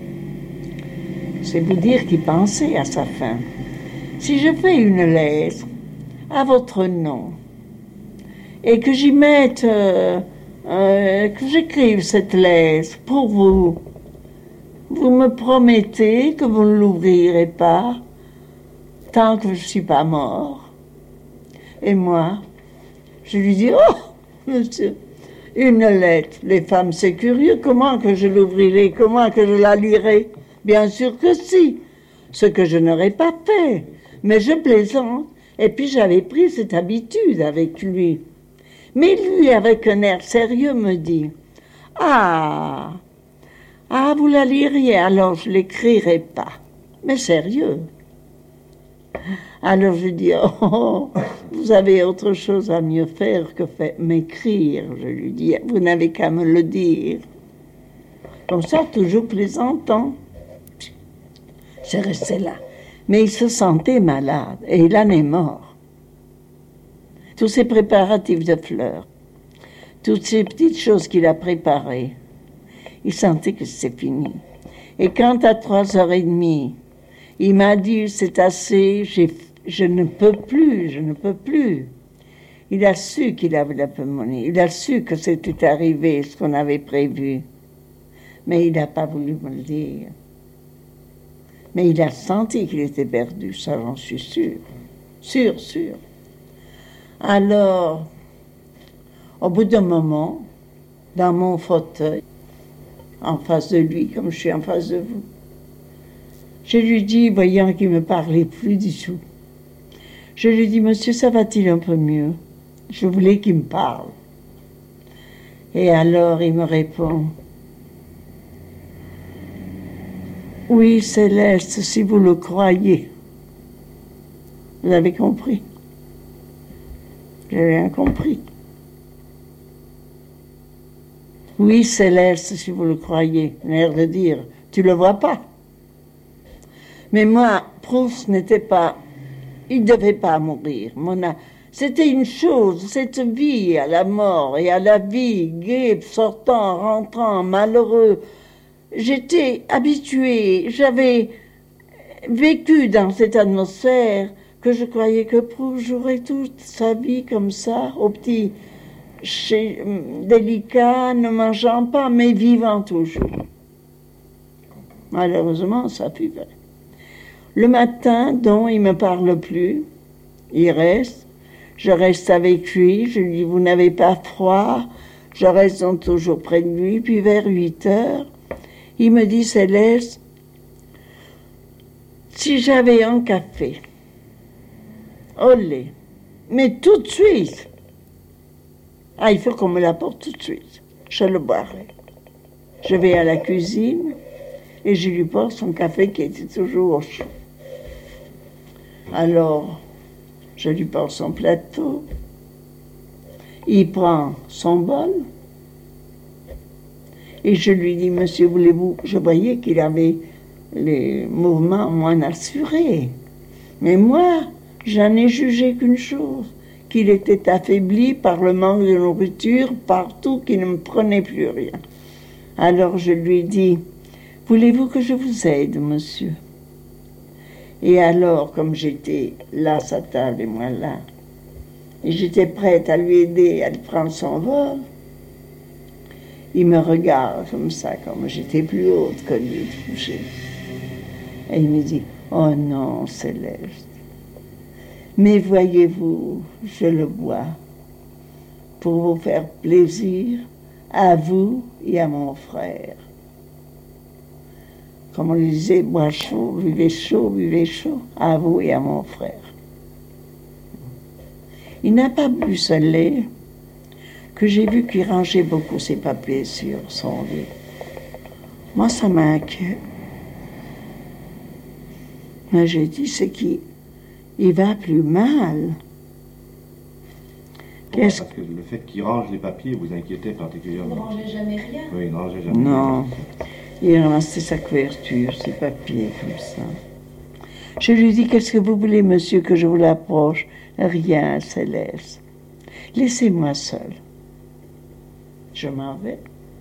c'est vous dire qu'il pensait à sa fin. Si je fais une lettre à votre nom et que j'y mette, que j'écrive cette lettre pour vous, vous me promettez que vous ne l'ouvrirez pas tant que je ne suis pas mort. Et moi, je lui dis, oh, monsieur, une lettre, les femmes, c'est curieux, comment que je l'ouvrirai, comment que je la lirai? Bien sûr que si, ce que je n'aurais pas fait, mais je plaisante. Et puis j'avais pris cette habitude avec lui. Mais lui, avec un air sérieux, me dit, ah, vous la liriez, alors je l'écrirai pas. Mais sérieux. Alors je dis, oh, vous avez autre chose à mieux faire que m'écrire. Je lui dis, vous n'avez qu'à me le dire. Comme ça, toujours plaisantant. C'est resté là. Mais il se sentait malade et il en est mort. Tous ces préparatifs de fleurs, toutes ces petites choses qu'il a préparées, il sentait que c'était fini. Et quand à 3h30, il m'a dit, c'est assez, je ne peux plus. Il a su qu'il avait la pneumonie, il a su que c'était arrivé, ce qu'on avait prévu. Mais il n'a pas voulu me le dire. Mais il a senti qu'il était perdu, ça j'en suis sûre. Sûr. Alors, au bout d'un moment, dans mon fauteuil, en face de lui, comme je suis en face de vous, je lui dis, voyant qu'il ne me parlait plus du tout, Je lui dis, monsieur, ça va-t-il un peu mieux? Je voulais qu'il me parle. Et alors il me répond, oui, Céleste, si vous le croyez. Vous avez compris? J'ai rien compris. Oui, Céleste, si vous le croyez. L'air de dire, tu le vois pas. Mais moi, Proust n'était pas, il ne devait pas mourir. C'était une chose, cette vie à la mort et à la vie, gai, sortant, rentrant, malheureux. J'étais habituée, j'avais vécu dans cette atmosphère que je croyais que Proust jouerait toute sa vie comme ça, au petit, délicat, ne mangeant pas, mais vivant toujours. Malheureusement, ça fut vrai. Le matin, donc, il ne me parle plus, il reste, je reste avec lui, je lui dis, vous n'avez pas froid, je reste donc toujours près de lui, puis vers 8 heures, il me dit, Céleste, si j'avais un café, olé, mais tout de suite, il faut qu'on me l'apporte tout de suite, je le boirai. Je vais à la cuisine et je lui porte son café qui était toujours au chaud. Alors, je lui porte son plateau, il prend son bol, et je lui dis, monsieur, voulez-vous... Je voyais qu'il avait les mouvements moins assurés. Mais moi, j'en ai jugé qu'une chose, qu'il était affaibli par le manque de nourriture partout, qu'il ne me prenait plus rien. Alors je lui dis, voulez-vous que je vous aide, monsieur? Et alors, comme j'étais là, sa table et moi là, et j'étais prête à lui aider à prendre son vol, il me regarde comme ça, comme j'étais plus haute que lui, touché. Et il me dit, oh non, Céleste, mais voyez-vous, je le bois pour vous faire plaisir, à vous et à mon frère. Comme on disait, bois chaud, vivez chaud, à vous et à mon frère. Il n'a pas bu ce lait, que j'ai vu qu'il rangeait beaucoup ses papiers sur son lit. Moi, ça m'inquiète. Mais j'ai dit, c'est qu'il va plus mal. Parce que le fait qu'il range les papiers vous inquiétait particulièrement. Il ne rangeait jamais rien. Oui, il ne rangeait jamais Non. rien. Il ramassait sa couverture, ses papiers, comme ça. Je lui dis, qu'est-ce que vous voulez, monsieur, que je vous l'approche? Rien, Céleste. Laissez-moi seul. Je m'en vais.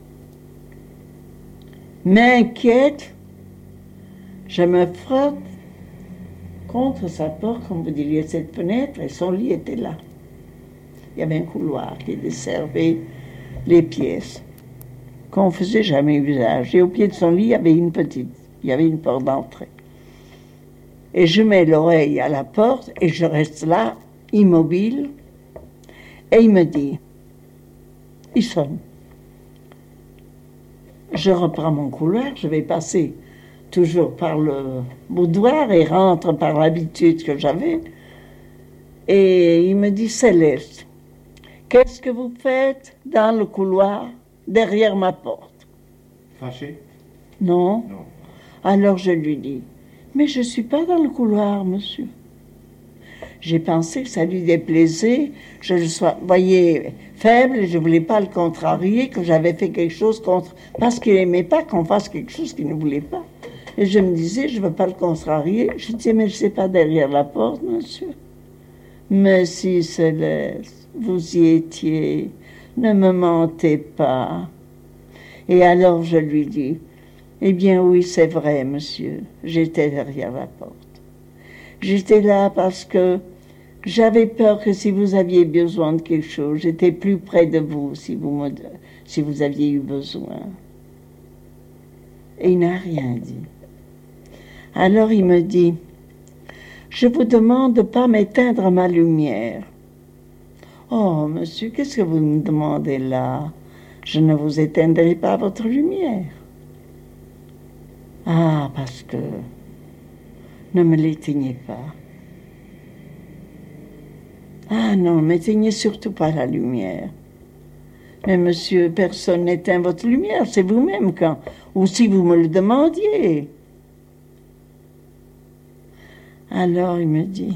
M'inquiète, je me frotte contre sa porte, comme vous diriez, cette fenêtre, et son lit était là. Il y avait un couloir qui desservait les pièces, qu'on ne faisait jamais usage. Et au pied de son lit, il y avait une porte d'entrée. Et je mets l'oreille à la porte, et je reste là, immobile, et il me dit, il sonne. Je reprends mon couloir, je vais passer toujours par le boudoir et rentre par l'habitude que j'avais. Et il me dit, Céleste, qu'est-ce que vous faites dans le couloir derrière ma porte? Fâché? Non. Non. Alors je lui dis, mais je ne suis pas dans le couloir, monsieur. J'ai pensé que ça lui déplaisait, je le voyais faible, et je ne voulais pas le contrarier, que j'avais fait quelque chose contre... Parce qu'il n'aimait pas qu'on fasse quelque chose qu'il ne voulait pas. Et je me disais, je ne veux pas le contrarier. Je disais, mais je ne sais pas derrière la porte, monsieur. Mais si, Céleste, vous y étiez, ne me mentez pas. Et alors je lui dis, eh bien oui, c'est vrai, monsieur, j'étais derrière la porte. J'étais là parce que j'avais peur que si vous aviez besoin de quelque chose, j'étais plus près de vous si vous aviez eu besoin. Et il n'a rien dit. Alors il me dit, je vous demande de ne pas m'éteindre ma lumière. Oh, monsieur, qu'est-ce que vous me demandez là? Je ne vous éteindrai pas votre lumière. Ah, parce que ne me l'éteignez pas. Ah non, n'éteignez surtout pas la lumière. Mais monsieur, personne n'éteint votre lumière, c'est vous-même quand. Ou si vous me le demandiez. Alors il me dit,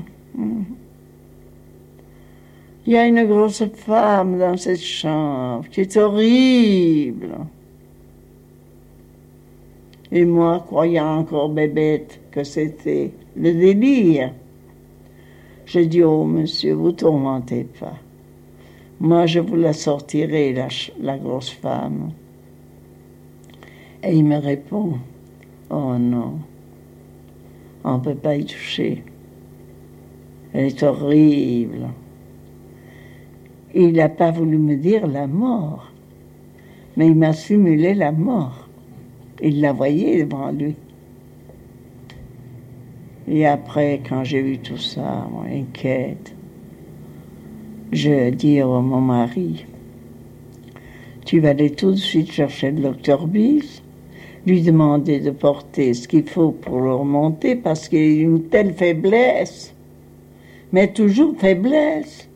il y a une grosse femme dans cette chambre qui est horrible. Et moi, croyant encore bébête que c'était le délire, je dis, oh monsieur, vous tourmentez pas. Moi, je vous la sortirai, la grosse femme. Et il me répond, oh non, on ne peut pas y toucher. Elle est horrible. Il n'a pas voulu me dire la mort, mais il m'a simulé la mort. Il la voyait devant lui. Et après, quand j'ai vu tout ça, moi, inquiète, je dis à mon mari, tu vas aller tout de suite chercher le docteur Bis, lui demander de porter ce qu'il faut pour le remonter, parce qu'il a une telle faiblesse, mais toujours faiblesse.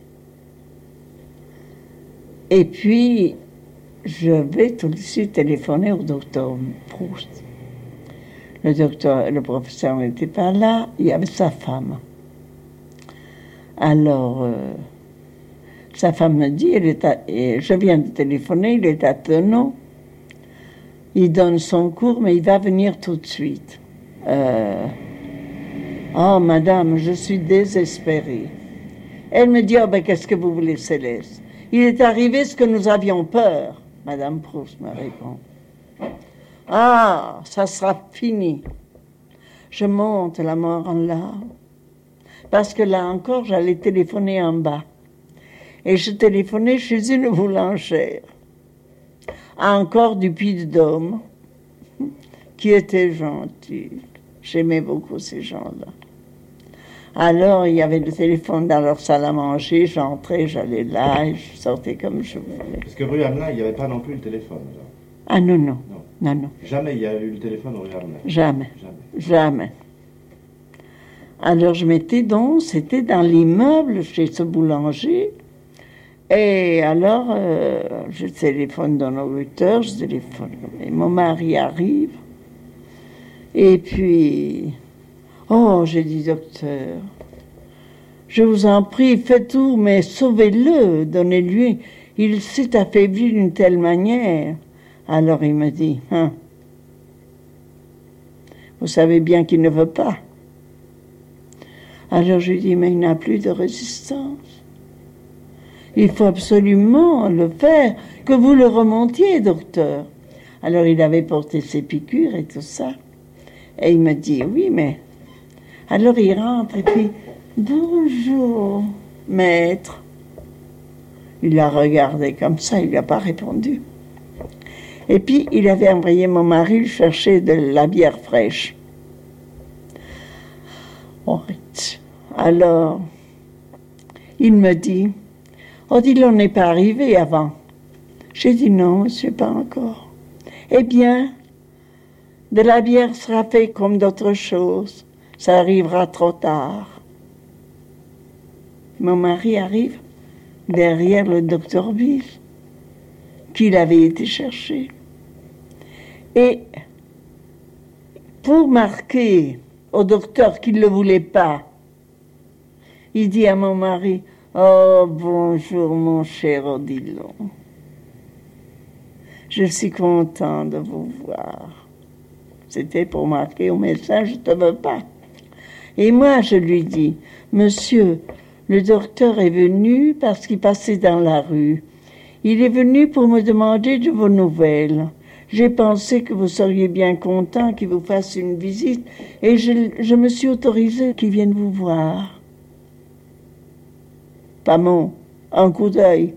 Et puis, je vais tout de suite téléphoner au docteur Proust. Le professeur n'était pas là, il y avait sa femme. Alors, sa femme me dit, je viens de téléphoner, il est à Tenon. Il donne son cours, mais il va venir tout de suite. Oh, madame, je suis désespérée. Elle me dit, oh, ben, qu'est-ce que vous voulez, Céleste? Il est arrivé ce que nous avions peur. Madame Proust me répond. Ah, ça sera fini. Je monte la mort en larmes. Parce que là encore, j'allais téléphoner en bas. Et je téléphonais chez une boulangère. Encore du Puy-de-Dôme, qui était gentil. J'aimais beaucoup ces gens-là. Alors, il y avait le téléphone dans leur salle à manger. J'entrais, j'allais là, et je sortais comme je voulais. Parce que rue Hamelin, il n'y avait pas non plus le téléphone. Là. Ah non, non. Non, non. Jamais il y a eu le téléphone rue Hamelin. Jamais. Alors, je m'étais donc, c'était dans l'immeuble chez ce boulanger. Et alors, je téléphone dans le routeur, je téléphone. Et mon mari arrive. Et puis, oh, j'ai dit, docteur, je vous en prie, faites tout, mais sauvez-le, donnez-lui. Il s'est affaibli d'une telle manière. Alors il me dit, vous savez bien qu'il ne veut pas. Alors je lui dis, mais il n'a plus de résistance. Il faut absolument le faire, que vous le remontiez, docteur. Alors il avait porté ses piqûres et tout ça. Et il me dit, oui, mais... Alors il rentre et puis, bonjour, maître. Il l'a regardé comme ça, il lui a pas répondu. Et puis il avait envoyé mon mari chercher de la bière fraîche. Alors, il me dit, Odile, n'est pas arrivé avant. J'ai dit non, monsieur, pas encore. Eh bien, de la bière sera faite comme d'autres choses. Ça arrivera trop tard. Mon mari arrive derrière le docteur Bill, qu'il avait été chercher. Et pour marquer au docteur qu'il ne le voulait pas, il dit à mon mari, « Oh, bonjour, mon cher Odilon. Je suis content de vous voir. » C'était pour marquer au médecin, « Je ne te veux pas. » Et moi, je lui dis, « Monsieur, le docteur est venu parce qu'il passait dans la rue. Il est venu pour me demander de vos nouvelles. J'ai pensé que vous seriez bien content qu'il vous fasse une visite et je me suis autorisée qu'il vienne vous voir. » Pas mon, un coup d'œil.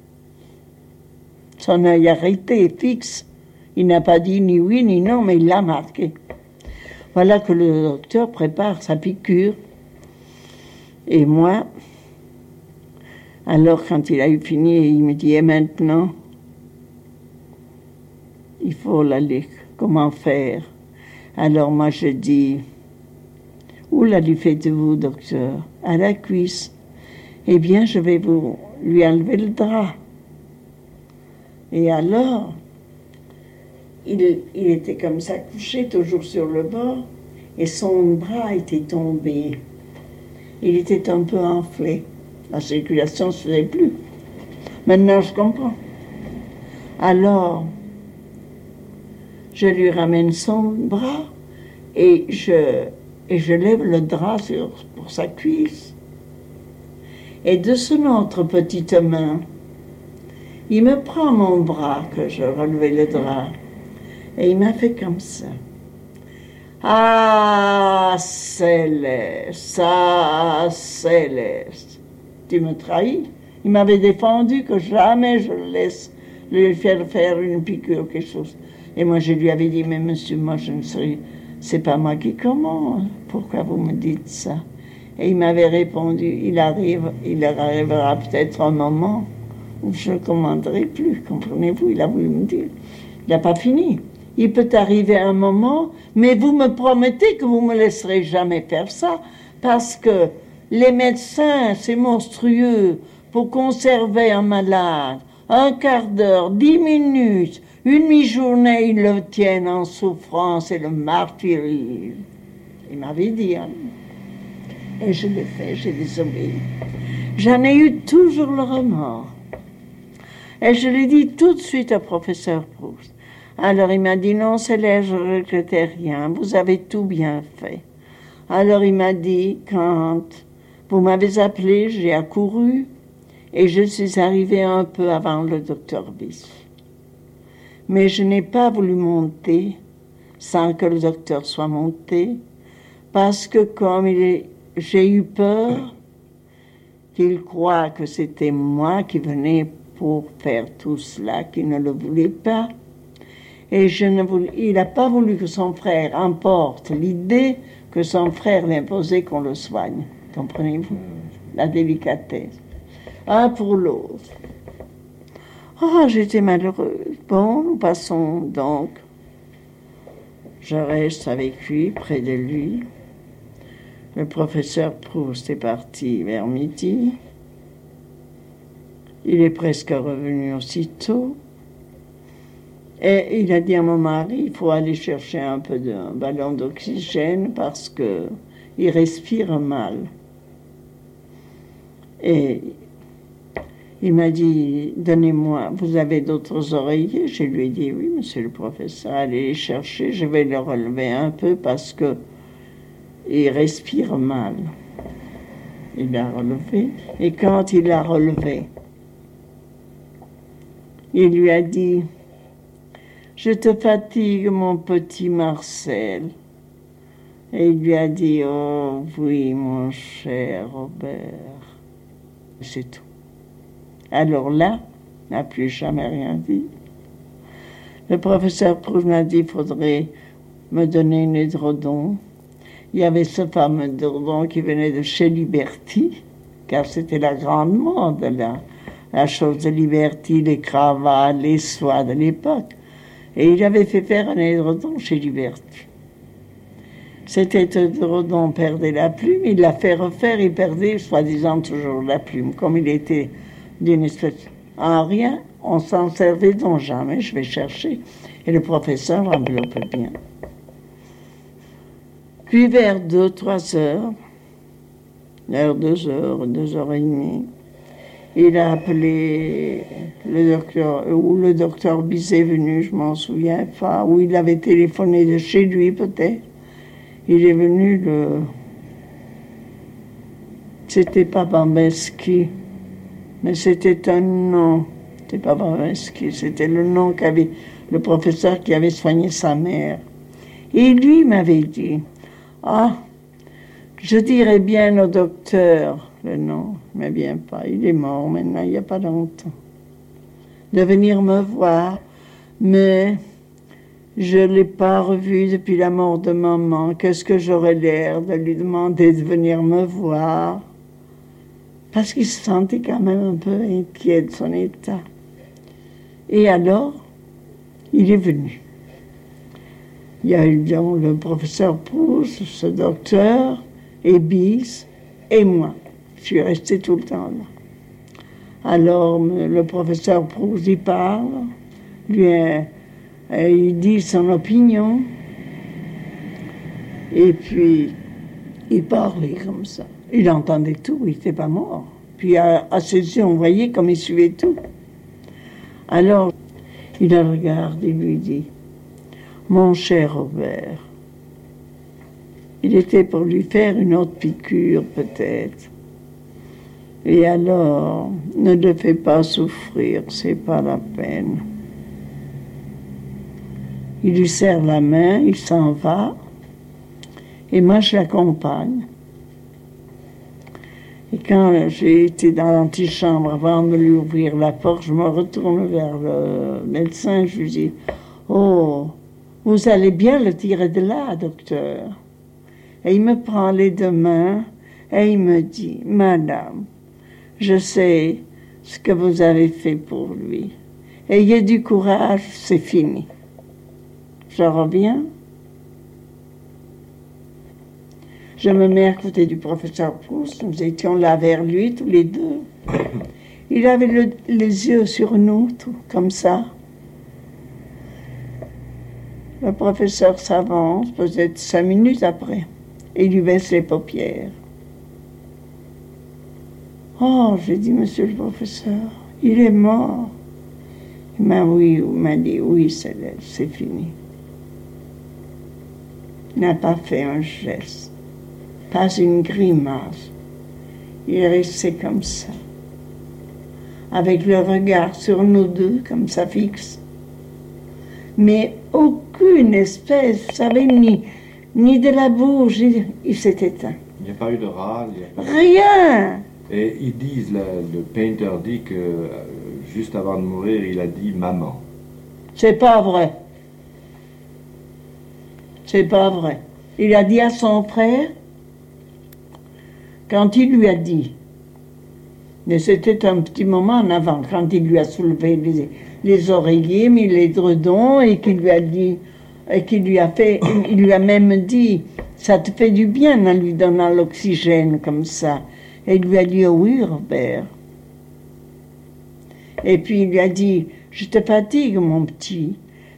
Son œil arrêté, fixe. Il n'a pas dit ni oui ni non, mais il l'a marqué. Voilà que le docteur prépare sa piqûre. Et moi, alors quand il a eu fini, il me dit, et maintenant, il faut l'aller. Comment faire? Alors moi je dis, où la lui faites-vous, docteur? À la cuisse. eh bien, je vais lui enlever le drap. Et alors, il était comme ça, couché, toujours sur le bord, et son bras était tombé. Il était un peu enflé. La circulation ne se faisait plus. Maintenant, je comprends. Alors, je lui ramène son bras et je lève le drap pour sa cuisse. Et de son autre petite main, il me prend mon bras, que je relevais le drap, et il m'a fait comme ça. Ah, Céleste, ah, Céleste, tu me trahis. Il m'avait défendu que jamais je le laisse lui faire une piqûre, quelque chose. Et moi, je lui avais dit, mais monsieur, moi, c'est pas moi qui commande. Pourquoi vous me dites ça? Et il m'avait répondu, il arrivera peut-être un moment où je ne commanderai plus, comprenez-vous? Il a voulu me dire. Il n'a pas fini. Il peut arriver un moment, mais vous me promettez que vous ne me laisserez jamais faire ça, parce que les médecins, c'est monstrueux, pour conserver un malade, un quart d'heure, 10 minutes, une demi-journée, ils le tiennent en souffrance et le martyrisent. Il m'avait dit, hein. Et je l'ai fait, j'ai désobéi. J'en ai eu toujours le remords. Et je l'ai dit tout de suite au professeur Proust. Alors il m'a dit, non, Céleste, je ne regrettais rien, vous avez tout bien fait. Alors il m'a dit, quand vous m'avez appelé, j'ai accouru et je suis arrivée un peu avant le docteur Bis. Mais je n'ai pas voulu monter sans que le docteur soit monté, parce que comme j'ai eu peur qu'il croie que c'était moi qui venais pour faire tout cela, qu'il ne le voulait pas. Et il n'a pas voulu que son frère emporte l'idée que son frère l'imposait qu'on le soigne. Comprenez-vous? La délicatesse. Un pour l'autre. Oh, j'étais malheureuse. Bon, nous passons donc. Je reste avec lui, près de lui. Le professeur Proust est parti vers midi. Il est presque revenu aussitôt. Et il a dit à mon mari, il faut aller chercher un peu d'un ballon d'oxygène parce qu'il respire mal. Et il m'a dit, donnez-moi, vous avez d'autres oreillers? Je lui ai dit, oui, monsieur le professeur, allez les chercher, je vais le relever un peu parce que il respire mal. Il l'a relevé, et quand il l'a relevé, il lui a dit, je te fatigue, mon petit Marcel. Et il lui a dit, oh oui, mon cher Robert. C'est tout. Alors là, il n'a plus jamais rien dit. Le professeur Proust m'a dit, il faudrait me donner une édredon. Il y avait ce fameux édredon qui venait de chez Liberty, car c'était la grande mode, la chose de Liberty, les cravates, les soies de l'époque. Et il avait fait faire un édredon chez Liberty. Cet édredon perdait la plume, il l'a fait refaire, il perdait soi-disant toujours la plume. Comme il était d'une espèce en rien, on s'en servait donc jamais, je vais chercher. Et le professeur l'enveloppait bien. Puis vers 2-3 heures, vers 2 heures, 2 heures et demie, il a appelé le docteur, ou le docteur Bizet est venu, je m'en souviens pas, ou il avait téléphoné de chez lui peut-être. Il est venu C'était pas Bambinski, mais c'était un nom. C'était pas Bambinski, c'était le nom qu'avait le professeur qui avait soigné sa mère. Et lui m'avait dit, ah, je dirais bien au docteur le nom, mais bien pas, il est mort maintenant, il n'y a pas longtemps, de venir me voir, mais je ne l'ai pas revu depuis la mort de maman. Qu'est-ce que j'aurais l'air de lui demander de venir me voir? Parce qu'il se sentait quand même un peu inquiet de son état. Et alors, il est venu. Il y a eu donc le professeur Proust, ce docteur, et Bis, et moi. Je suis restée tout le temps là. Alors, le professeur Proust, il parle, lui, il dit son opinion, et puis il parlait comme ça. Il entendait tout, il n'était pas mort. Puis à ses yeux, on voyait comme il suivait tout. Alors, il le regarde et lui dit, « Mon cher Robert, il était pour lui faire une autre piqûre peut-être. Et alors, ne le fais pas souffrir, c'est pas la peine. » Il lui serre la main, il s'en va, et moi je l'accompagne. Et quand j'ai été dans l'antichambre, avant de lui ouvrir la porte, je me retourne vers le médecin, je lui dis, « Oh, vous allez bien le tirer de là, docteur ?» Et il me prend les deux mains et il me dit, « Madame, je sais ce que vous avez fait pour lui. Ayez du courage, c'est fini. » Je reviens. Je me mets à côté du professeur Proust. Nous étions là vers lui, tous les deux. Il avait les yeux sur nous, tout comme ça. Le professeur s'avance, peut-être 5 minutes après, et il lui baisse les paupières. « Oh, j'ai dit, monsieur le professeur, il est mort. » Il m'a dit, oui, c'est fini. Il n'a pas fait un geste, pas une grimace. Il est resté comme ça, avec le regard sur nous deux, comme ça fixe. Mais aucune espèce, vous savez, ni de la bouche, il s'est éteint. Il n'y a pas eu de râle, Rien. Et ils disent, le painter dit que juste avant de mourir, il a dit « maman ». C'est pas vrai. C'est pas vrai. Il a dit à son frère, quand il lui a dit, mais c'était un petit moment en avant, quand il lui a soulevé les oreillers, mis les dredons, et qu'il lui a dit, et qu'il lui a fait, il lui a même dit, ça te fait du bien en lui donnant l'oxygène comme ça. Et il lui a dit, oh oui, Robert. Et puis il lui a dit, je te fatigue, mon petit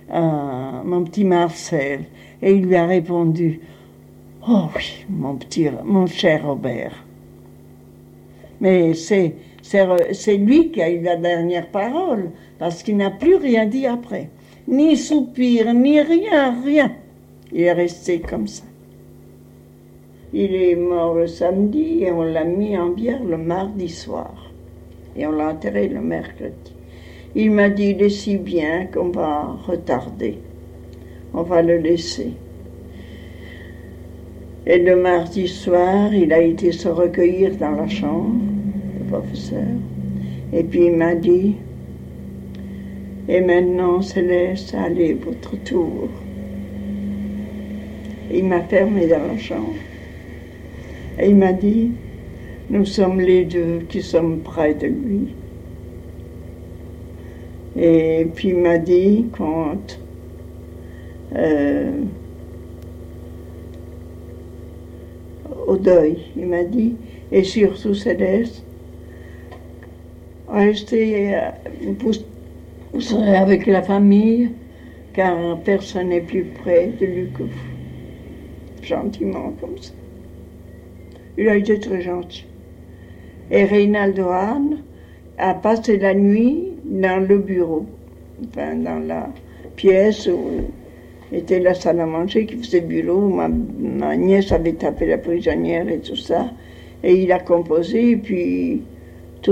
Marcel. Et il lui a répondu, oh oui, mon cher Robert. Mais c'est lui qui a eu la dernière parole, parce qu'il n'a plus rien dit après. Ni soupir, ni rien. Il est resté comme ça. Il est mort le samedi et on l'a mis en bière le mardi soir. Et on l'a enterré le mercredi. Il m'a dit, il est si bien qu'on va retarder. On va le laisser. Et le mardi soir, il a été se recueillir dans la chambre, le professeur. Et puis il m'a dit, et maintenant, Céleste, allez, votre tour. Et il m'a fermé dans la chambre. Et il m'a dit, nous sommes les deux qui sommes près de lui. Et puis il m'a dit, quand au deuil, il m'a dit, et surtout Céleste, restez, vous serez avec la famille, car personne n'est plus près de lui que vous. Gentiment comme ça. Il a été très gentil. Et Reynaldo Hahn a passé la nuit dans le bureau, enfin dans la pièce où était la salle à manger qui faisait bureau, où ma nièce avait tapé la prisonnière et tout ça. Et il a composé, et puis de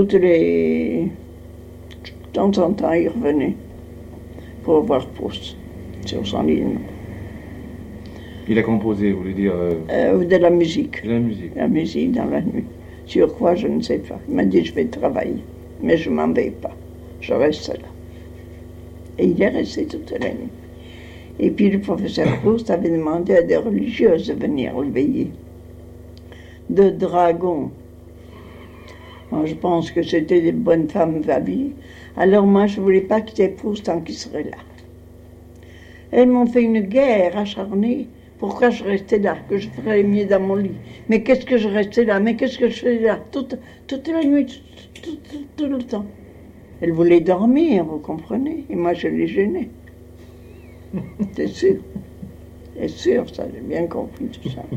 temps en temps, il revenait pour voir Proust sur son lit. Il a composé, vous voulez dire de la musique. De la musique. La musique dans la nuit. Sur quoi, je ne sais pas. Il m'a dit, je vais travailler. Mais je ne m'en vais pas. Je reste là. Et il est resté toute la nuit. Et puis le professeur Proust avait demandé à des religieuses de venir le veiller. De dragons. Moi, je pense que c'était des bonnes femmes values. Alors moi, je ne voulais pas quitter Proust tant qu'il serait là. Elles m'ont fait une guerre acharnée Pourquoi je restais là? Que je ferais mieux dans mon lit. Mais qu'est-ce que je restais là? Mais qu'est-ce que je faisais là? Toute la nuit, tout le temps. Elle voulait dormir, vous comprenez? Et moi, je l'ai gênée. C'est sûr. C'est sûr, ça, j'ai bien compris tout ça.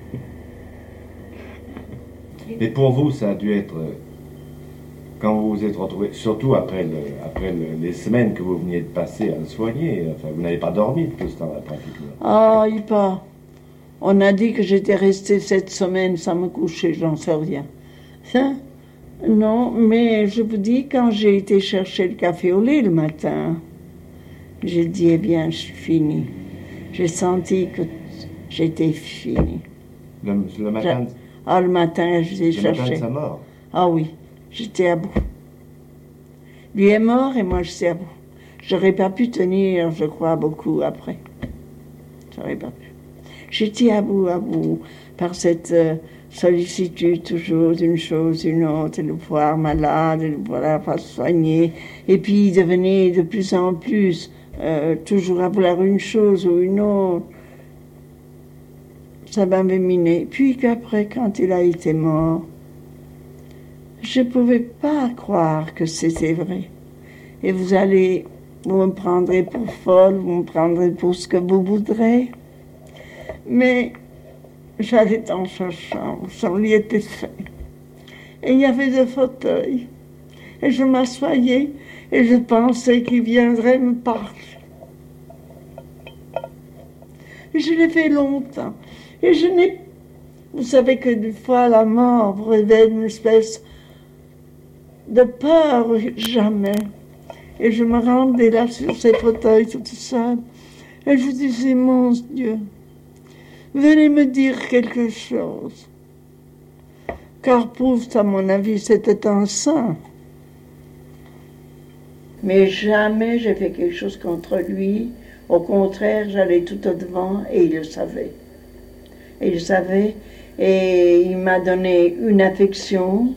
Mais pour vous, ça a dû être, quand vous vous êtes retrouvés, surtout après les semaines que vous veniez de passer à le soigner, enfin, vous n'avez pas dormi tout ce temps-là, pratiquement. Ah, il pas. On a dit que j'étais restée 7 semaines sans me coucher, j'en sais rien. Ça? Non, mais je vous dis, quand j'ai été chercher le café au lait le matin, j'ai dit, eh bien, je suis finie. J'ai senti que j'étais finie. Le matin le matin, je l'ai cherché. Le matin de sa mort? Ah oui, j'étais à bout. Lui est mort et moi, je suis à bout. J'aurais pas pu tenir, je crois, beaucoup après. J'aurais pas pu. J'étais à bout, par cette sollicitude toujours d'une chose, d'une autre, et le voir malade, et le voir pas soigner. Et puis, il devenait de plus en plus, toujours à vouloir une chose ou une autre. Ça m'avait miné. Puis qu'après, quand il a été mort, je ne pouvais pas croire que c'était vrai. Et vous me prendrez pour folle, vous me prendrez pour ce que vous voudrez. Mais j'allais dans sa chambre, son lit était fait. Et il y avait des fauteuils. Et je m'assoyais et je pensais qu'il viendrait me parler. Et je l'ai fait longtemps. Et vous savez que des fois la mort vous révèle une espèce de peur, jamais. Et je me rendais là sur ces fauteuils toute seule. Et je disais, mon Dieu, venez me dire quelque chose. Car Proust, à mon avis, c'était un saint. Mais jamais j'ai fait quelque chose contre lui. Au contraire, j'allais tout au devant et il le savait. Il savait, et il m'a donné une affection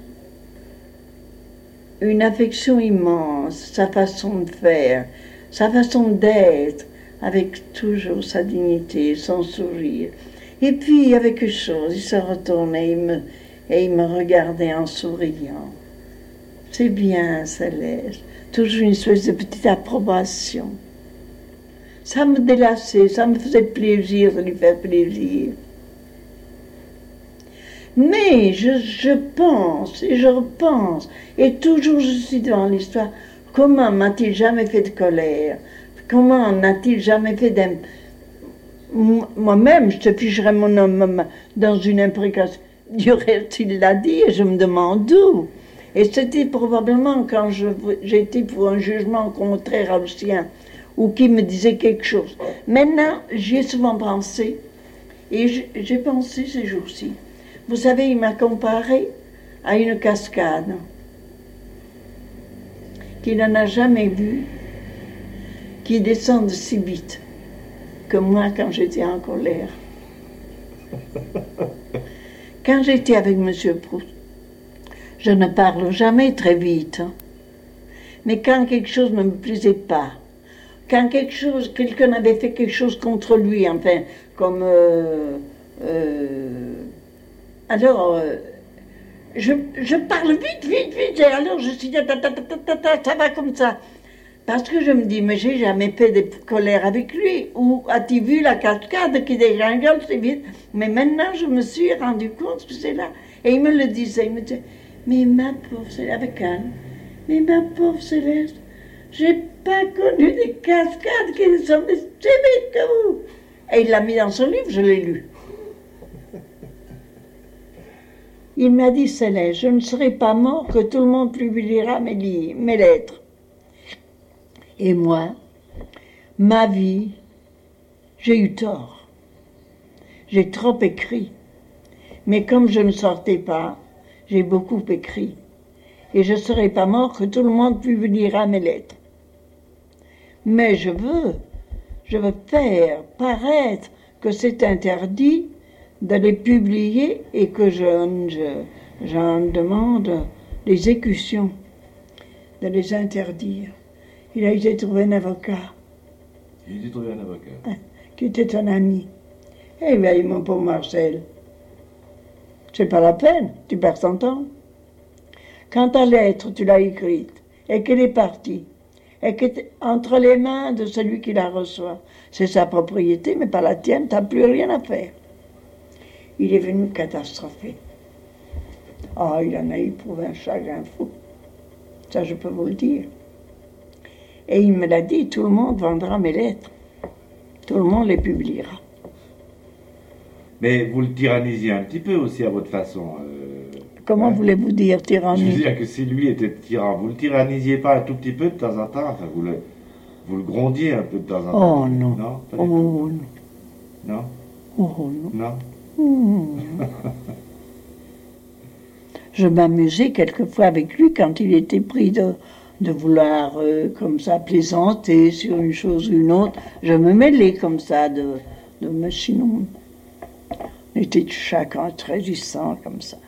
immense, sa façon de faire, sa façon d'être, avec toujours sa dignité, son sourire. Et puis, il y avait quelque chose, il se retournait et il me regardait en souriant. C'est bien, Céleste, toujours une espèce de petite approbation. Ça me délaçait, ça me faisait plaisir de lui faire plaisir. Mais je pense et je repense, et toujours je suis devant l'histoire, comment m'a-t-il jamais fait de colère? Comment n'a-t-il jamais fait d'un... Moi-même, je te ficherais mon homme dans une imprécation. Du reste, il l'a dit, et je me demande d'où. Et c'était probablement quand j'étais pour un jugement contraire au sien, ou qui me disait quelque chose. Maintenant, j'y ai souvent pensé, et j'ai pensé ces jours-ci. Vous savez, il m'a comparé à une cascade qu'il n'en a jamais vue, qui descend si vite que moi quand j'étais en colère. Quand j'étais avec M. Proust, je ne parle jamais très vite, hein. Mais quand quelque chose ne me plaisait pas, quand quelqu'un avait fait quelque chose contre lui, enfin, comme... alors, je parle vite, et alors je suis ça va comme ça. Parce que je me dis, mais j'ai jamais fait de colère avec lui. Ou as-tu vu la cascade qui dégringole si vite? Mais maintenant, je me suis rendu compte que c'est là. Et il me le disait, il me disait, mais ma pauvre Céleste, avec Anne, mais ma pauvre Céleste, j'ai pas connu des cascades qui descendaient si vite que vous. Et il l'a mis dans son livre, je l'ai lu. Il m'a dit, Céleste, je ne serai pas mort que tout le monde publiera mes lettres. Et moi, ma vie, j'ai eu tort. J'ai trop écrit. Mais comme je ne sortais pas, j'ai beaucoup écrit. Et je ne serai pas mort que tout le monde publiera mes lettres. Mais je veux faire paraître que c'est interdit de les publier et que j'en demande l'exécution, de les interdire. Il a été trouvé un avocat. Il a été trouvé un avocat. Qui était un ami. Eh bien, mon pauvre Marcel, c'est pas la peine, tu perds ton temps. Quand ta lettre, tu l'as écrite, et qu'elle est partie, et qu'elle est entre les mains de celui qui la reçoit, c'est sa propriété, mais pas la tienne, t'as plus rien à faire. Il est venu catastrophé. Ah, il en a éprouvé un chagrin fou. Ça, je peux vous le dire. Et il me l'a dit, tout le monde vendra mes lettres. Tout le monde les publiera. Mais vous le tyrannisiez un petit peu aussi à votre façon. Comment voulez-vous dire tyrannie? Je veux dire que si lui était tyran, vous le tyrannisiez pas un tout petit peu de temps en temps, enfin vous le grondiez un peu de temps en temps. Oh non. Non, pas du Oh tout. non. Non. Oh non. Non. Je m'amusais quelquefois avec lui quand il était pris de vouloir comme ça plaisanter sur une chose ou une autre. Je me mêlais comme ça mais sinon, on était chacun très distants comme ça.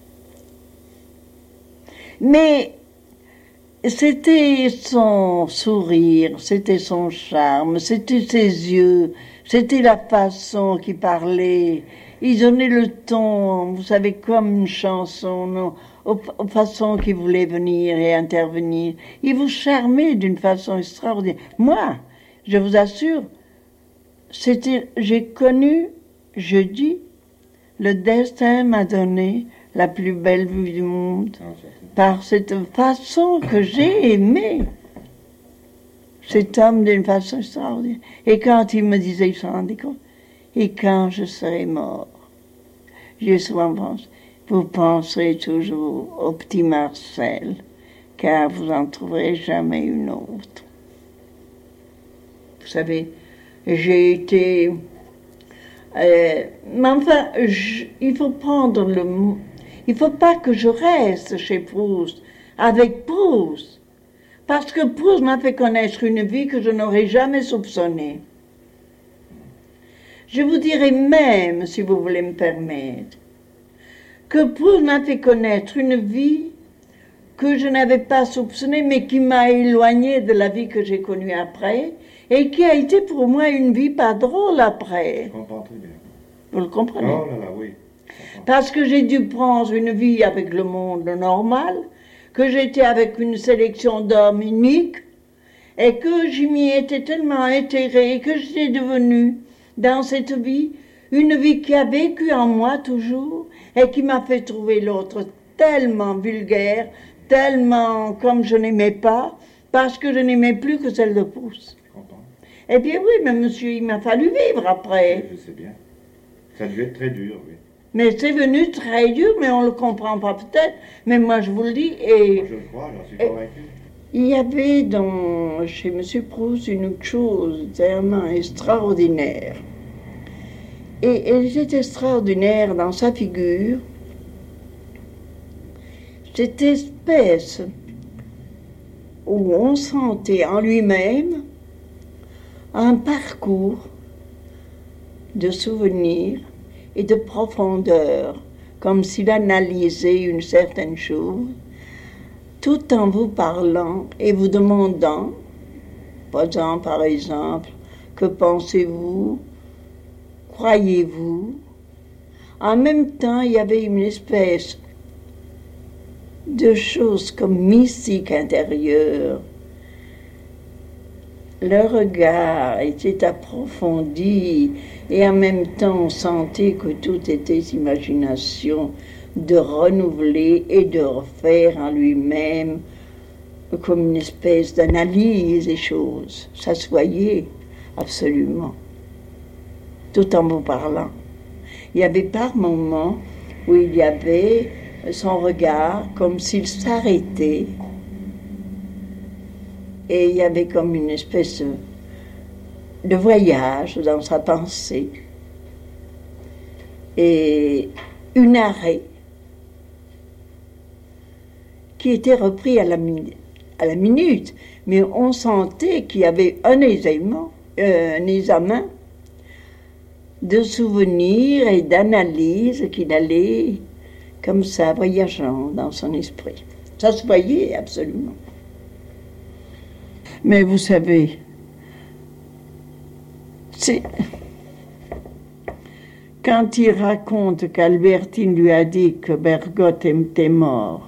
Mais c'était son sourire, c'était son charme, c'était ses yeux, c'était la façon qu'il parlait. Il donnait le ton, vous savez, comme une chanson, non, aux façons qu'il voulait venir et intervenir. Il vous charmait d'une façon extraordinaire. Moi, je vous assure, j'ai connu, je dis, le destin m'a donné la plus belle vue du monde par cette façon que j'ai aimé cet homme d'une façon extraordinaire. Et quand il me disait, il s'en rendait compte, et quand je serai mort, j'ai souvent pensé, vous penserez toujours au petit Marcel, car vous n'en trouverez jamais une autre. Vous savez, j'ai été... mais enfin, il faut prendre le mot. Il ne faut pas que je reste chez Proust, avec Proust, parce que Proust m'a fait connaître une vie que je n'aurais jamais soupçonnée. Je vous dirais même, si vous voulez me permettre, que Proust m'a fait connaître une vie que je n'avais pas soupçonnée, mais qui m'a éloignée de la vie que j'ai connue après, et qui a été pour moi une vie pas drôle après. Je comprends très bien. Vous le comprenez? Oh là là, oui. Parce que j'ai dû prendre une vie avec le monde normal, que j'étais avec une sélection d'hommes uniques, et que je m'y étais tellement intéressée, que j'étais devenue, dans cette vie, une vie qui a vécu en moi toujours, et qui m'a fait trouver l'autre tellement vulgaire, tellement comme je n'aimais pas, parce que je n'aimais plus que celle de Proust. Je comprends. Eh bien oui, mais monsieur, il m'a fallu vivre après. Je sais bien. Ça devait être très dur, oui. Mais c'est venu très dur, mais on ne le comprend pas peut-être. Mais moi, je vous le dis. Et Moi, je le crois, j'en suis convaincu. il y avait chez M. Proust une chose tellement extraordinaire. Et elle était extraordinaire dans sa figure. Cette espèce où on sentait en lui-même un parcours de souvenirs et de profondeur, comme s'il analysait une certaine chose, tout en vous parlant et vous demandant, par exemple, que pensez-vous, croyez-vous. En même temps, il y avait une espèce de chose comme mystique intérieure. Le regard était approfondi et en même temps on sentait que tout était imagination de renouveler et de refaire en lui-même comme une espèce d'analyse des choses. Ça se voyait absolument, tout en vous parlant. Il y avait par moments où il y avait son regard comme s'il s'arrêtait. Et il y avait comme une espèce de voyage dans sa pensée. Et un arrêt qui était repris à la minute. Mais on sentait qu'il y avait un examen de souvenirs et d'analyse qu'il allait comme ça, voyageant dans son esprit. Ça se voyait absolument. Mais vous savez, quand il raconte qu'Albertine lui a dit que Bergotte était mort,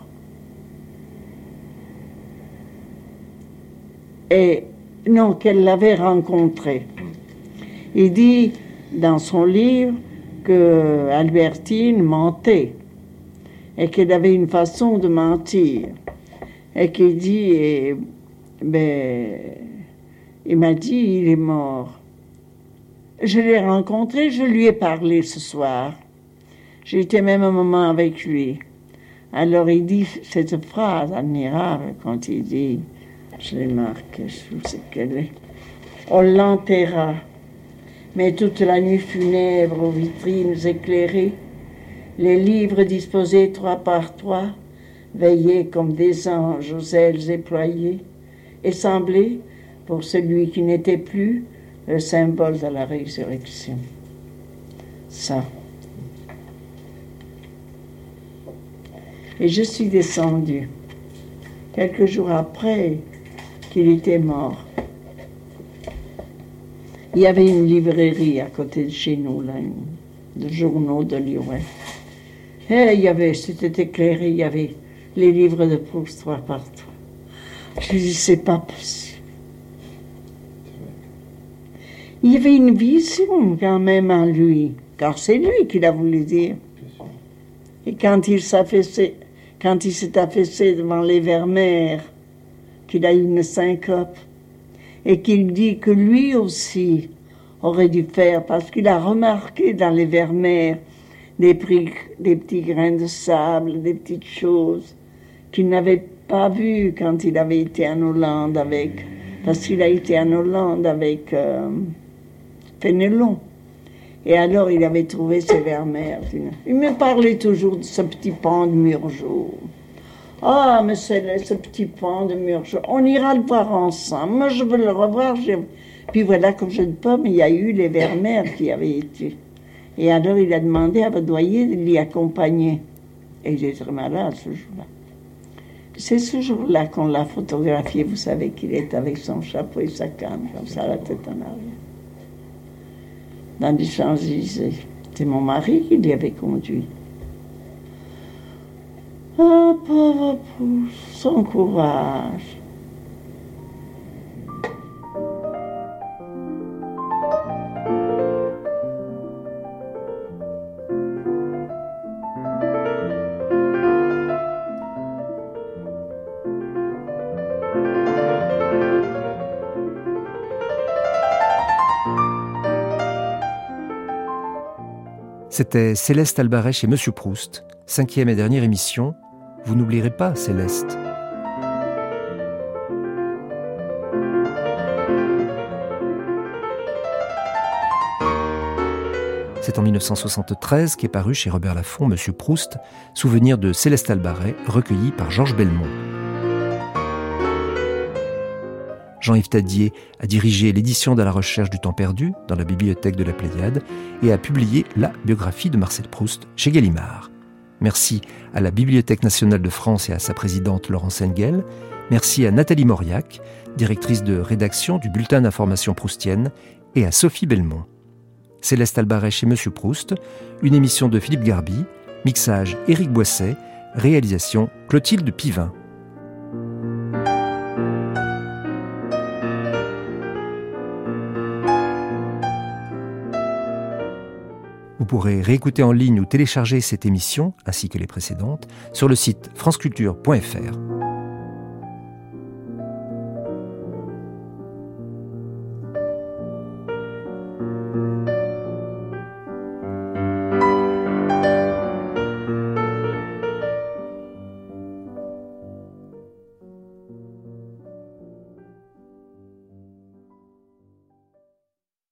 et non, qu'elle l'avait rencontré. Il dit dans son livre que Albertine mentait et qu'elle avait une façon de mentir et qu'il dit il m'a dit il est mort. Je l'ai rencontré, je lui ai parlé ce soir. J'étais même un moment avec lui. Alors il dit cette phrase admirable quand il dit, je l'ai marquée, je sais qu'elle est. On l'enterra, mais toute la nuit funèbre aux vitrines éclairées, les livres disposés 3 par 3, veillaient comme des anges aux ailes éployées, et semblaient, pour celui qui n'était plus, le symbole de la résurrection. Ça. Et je suis descendue, quelques jours après qu'il était mort. Il y avait une librairie à côté de chez nous, là, de journaux de Lyon. Et il y avait, c'était éclairé, il y avait les livres de Proust 3 par 3. Je dis, c'est pas possible. Il y avait une vision quand même en lui, car c'est lui qui l'a voulu dire. Et quand il s'est affaissé devant les Vermeers, qu'il a eu une syncope, et qu'il dit que lui aussi aurait dû faire, parce qu'il a remarqué dans les Vermeers des petits grains de sable, des petites choses qu'il n'avait pas vues quand il avait été en Hollande parce qu'il a été en Hollande avec Fénelon. Et alors il avait trouvé ces Vermeers. Il me parlait toujours de ce petit pan de Murgeot. Ah, mais c'est ce petit pan de Murgeot. On ira le voir ensemble. Moi, je veux le revoir. Puis voilà, comme je ne peux pas, mais il y a eu les Vermeers qui avaient été. Et alors, il a demandé à Badoyer de l'y accompagner. Et il était très malade ce jour-là. C'est ce jour-là qu'on l'a photographié. Vous savez qu'il est avec son chapeau et sa canne, comme ça, la tête en arrière. Dans les Champs-Élysées. C'est mon mari qui l'y avait conduit. Ah, pauvre pouce, son courage. C'était Céleste Albaret chez Monsieur Proust, 5e et dernière émission. Vous n'oublierez pas, Céleste. C'est en 1973 qu'est paru chez Robert Laffont Monsieur Proust, souvenir de Céleste Albaret, recueilli par Georges Belmont. Jean-Yves Tadier a dirigé l'édition de la recherche du temps perdu dans la bibliothèque de la Pléiade et a publié la biographie de Marcel Proust chez Gallimard. Merci à la Bibliothèque nationale de France et à sa présidente Laurence Engel. Merci à Nathalie Mauriac, directrice de rédaction du Bulletin d'information proustienne, et à Sophie Belmont. Céleste Albaret chez Monsieur Proust, une émission de Philippe Garby, mixage Éric Boisset, réalisation Clotilde Pivin. Vous pourrez réécouter en ligne ou télécharger cette émission, ainsi que les précédentes, sur le site franceculture.fr.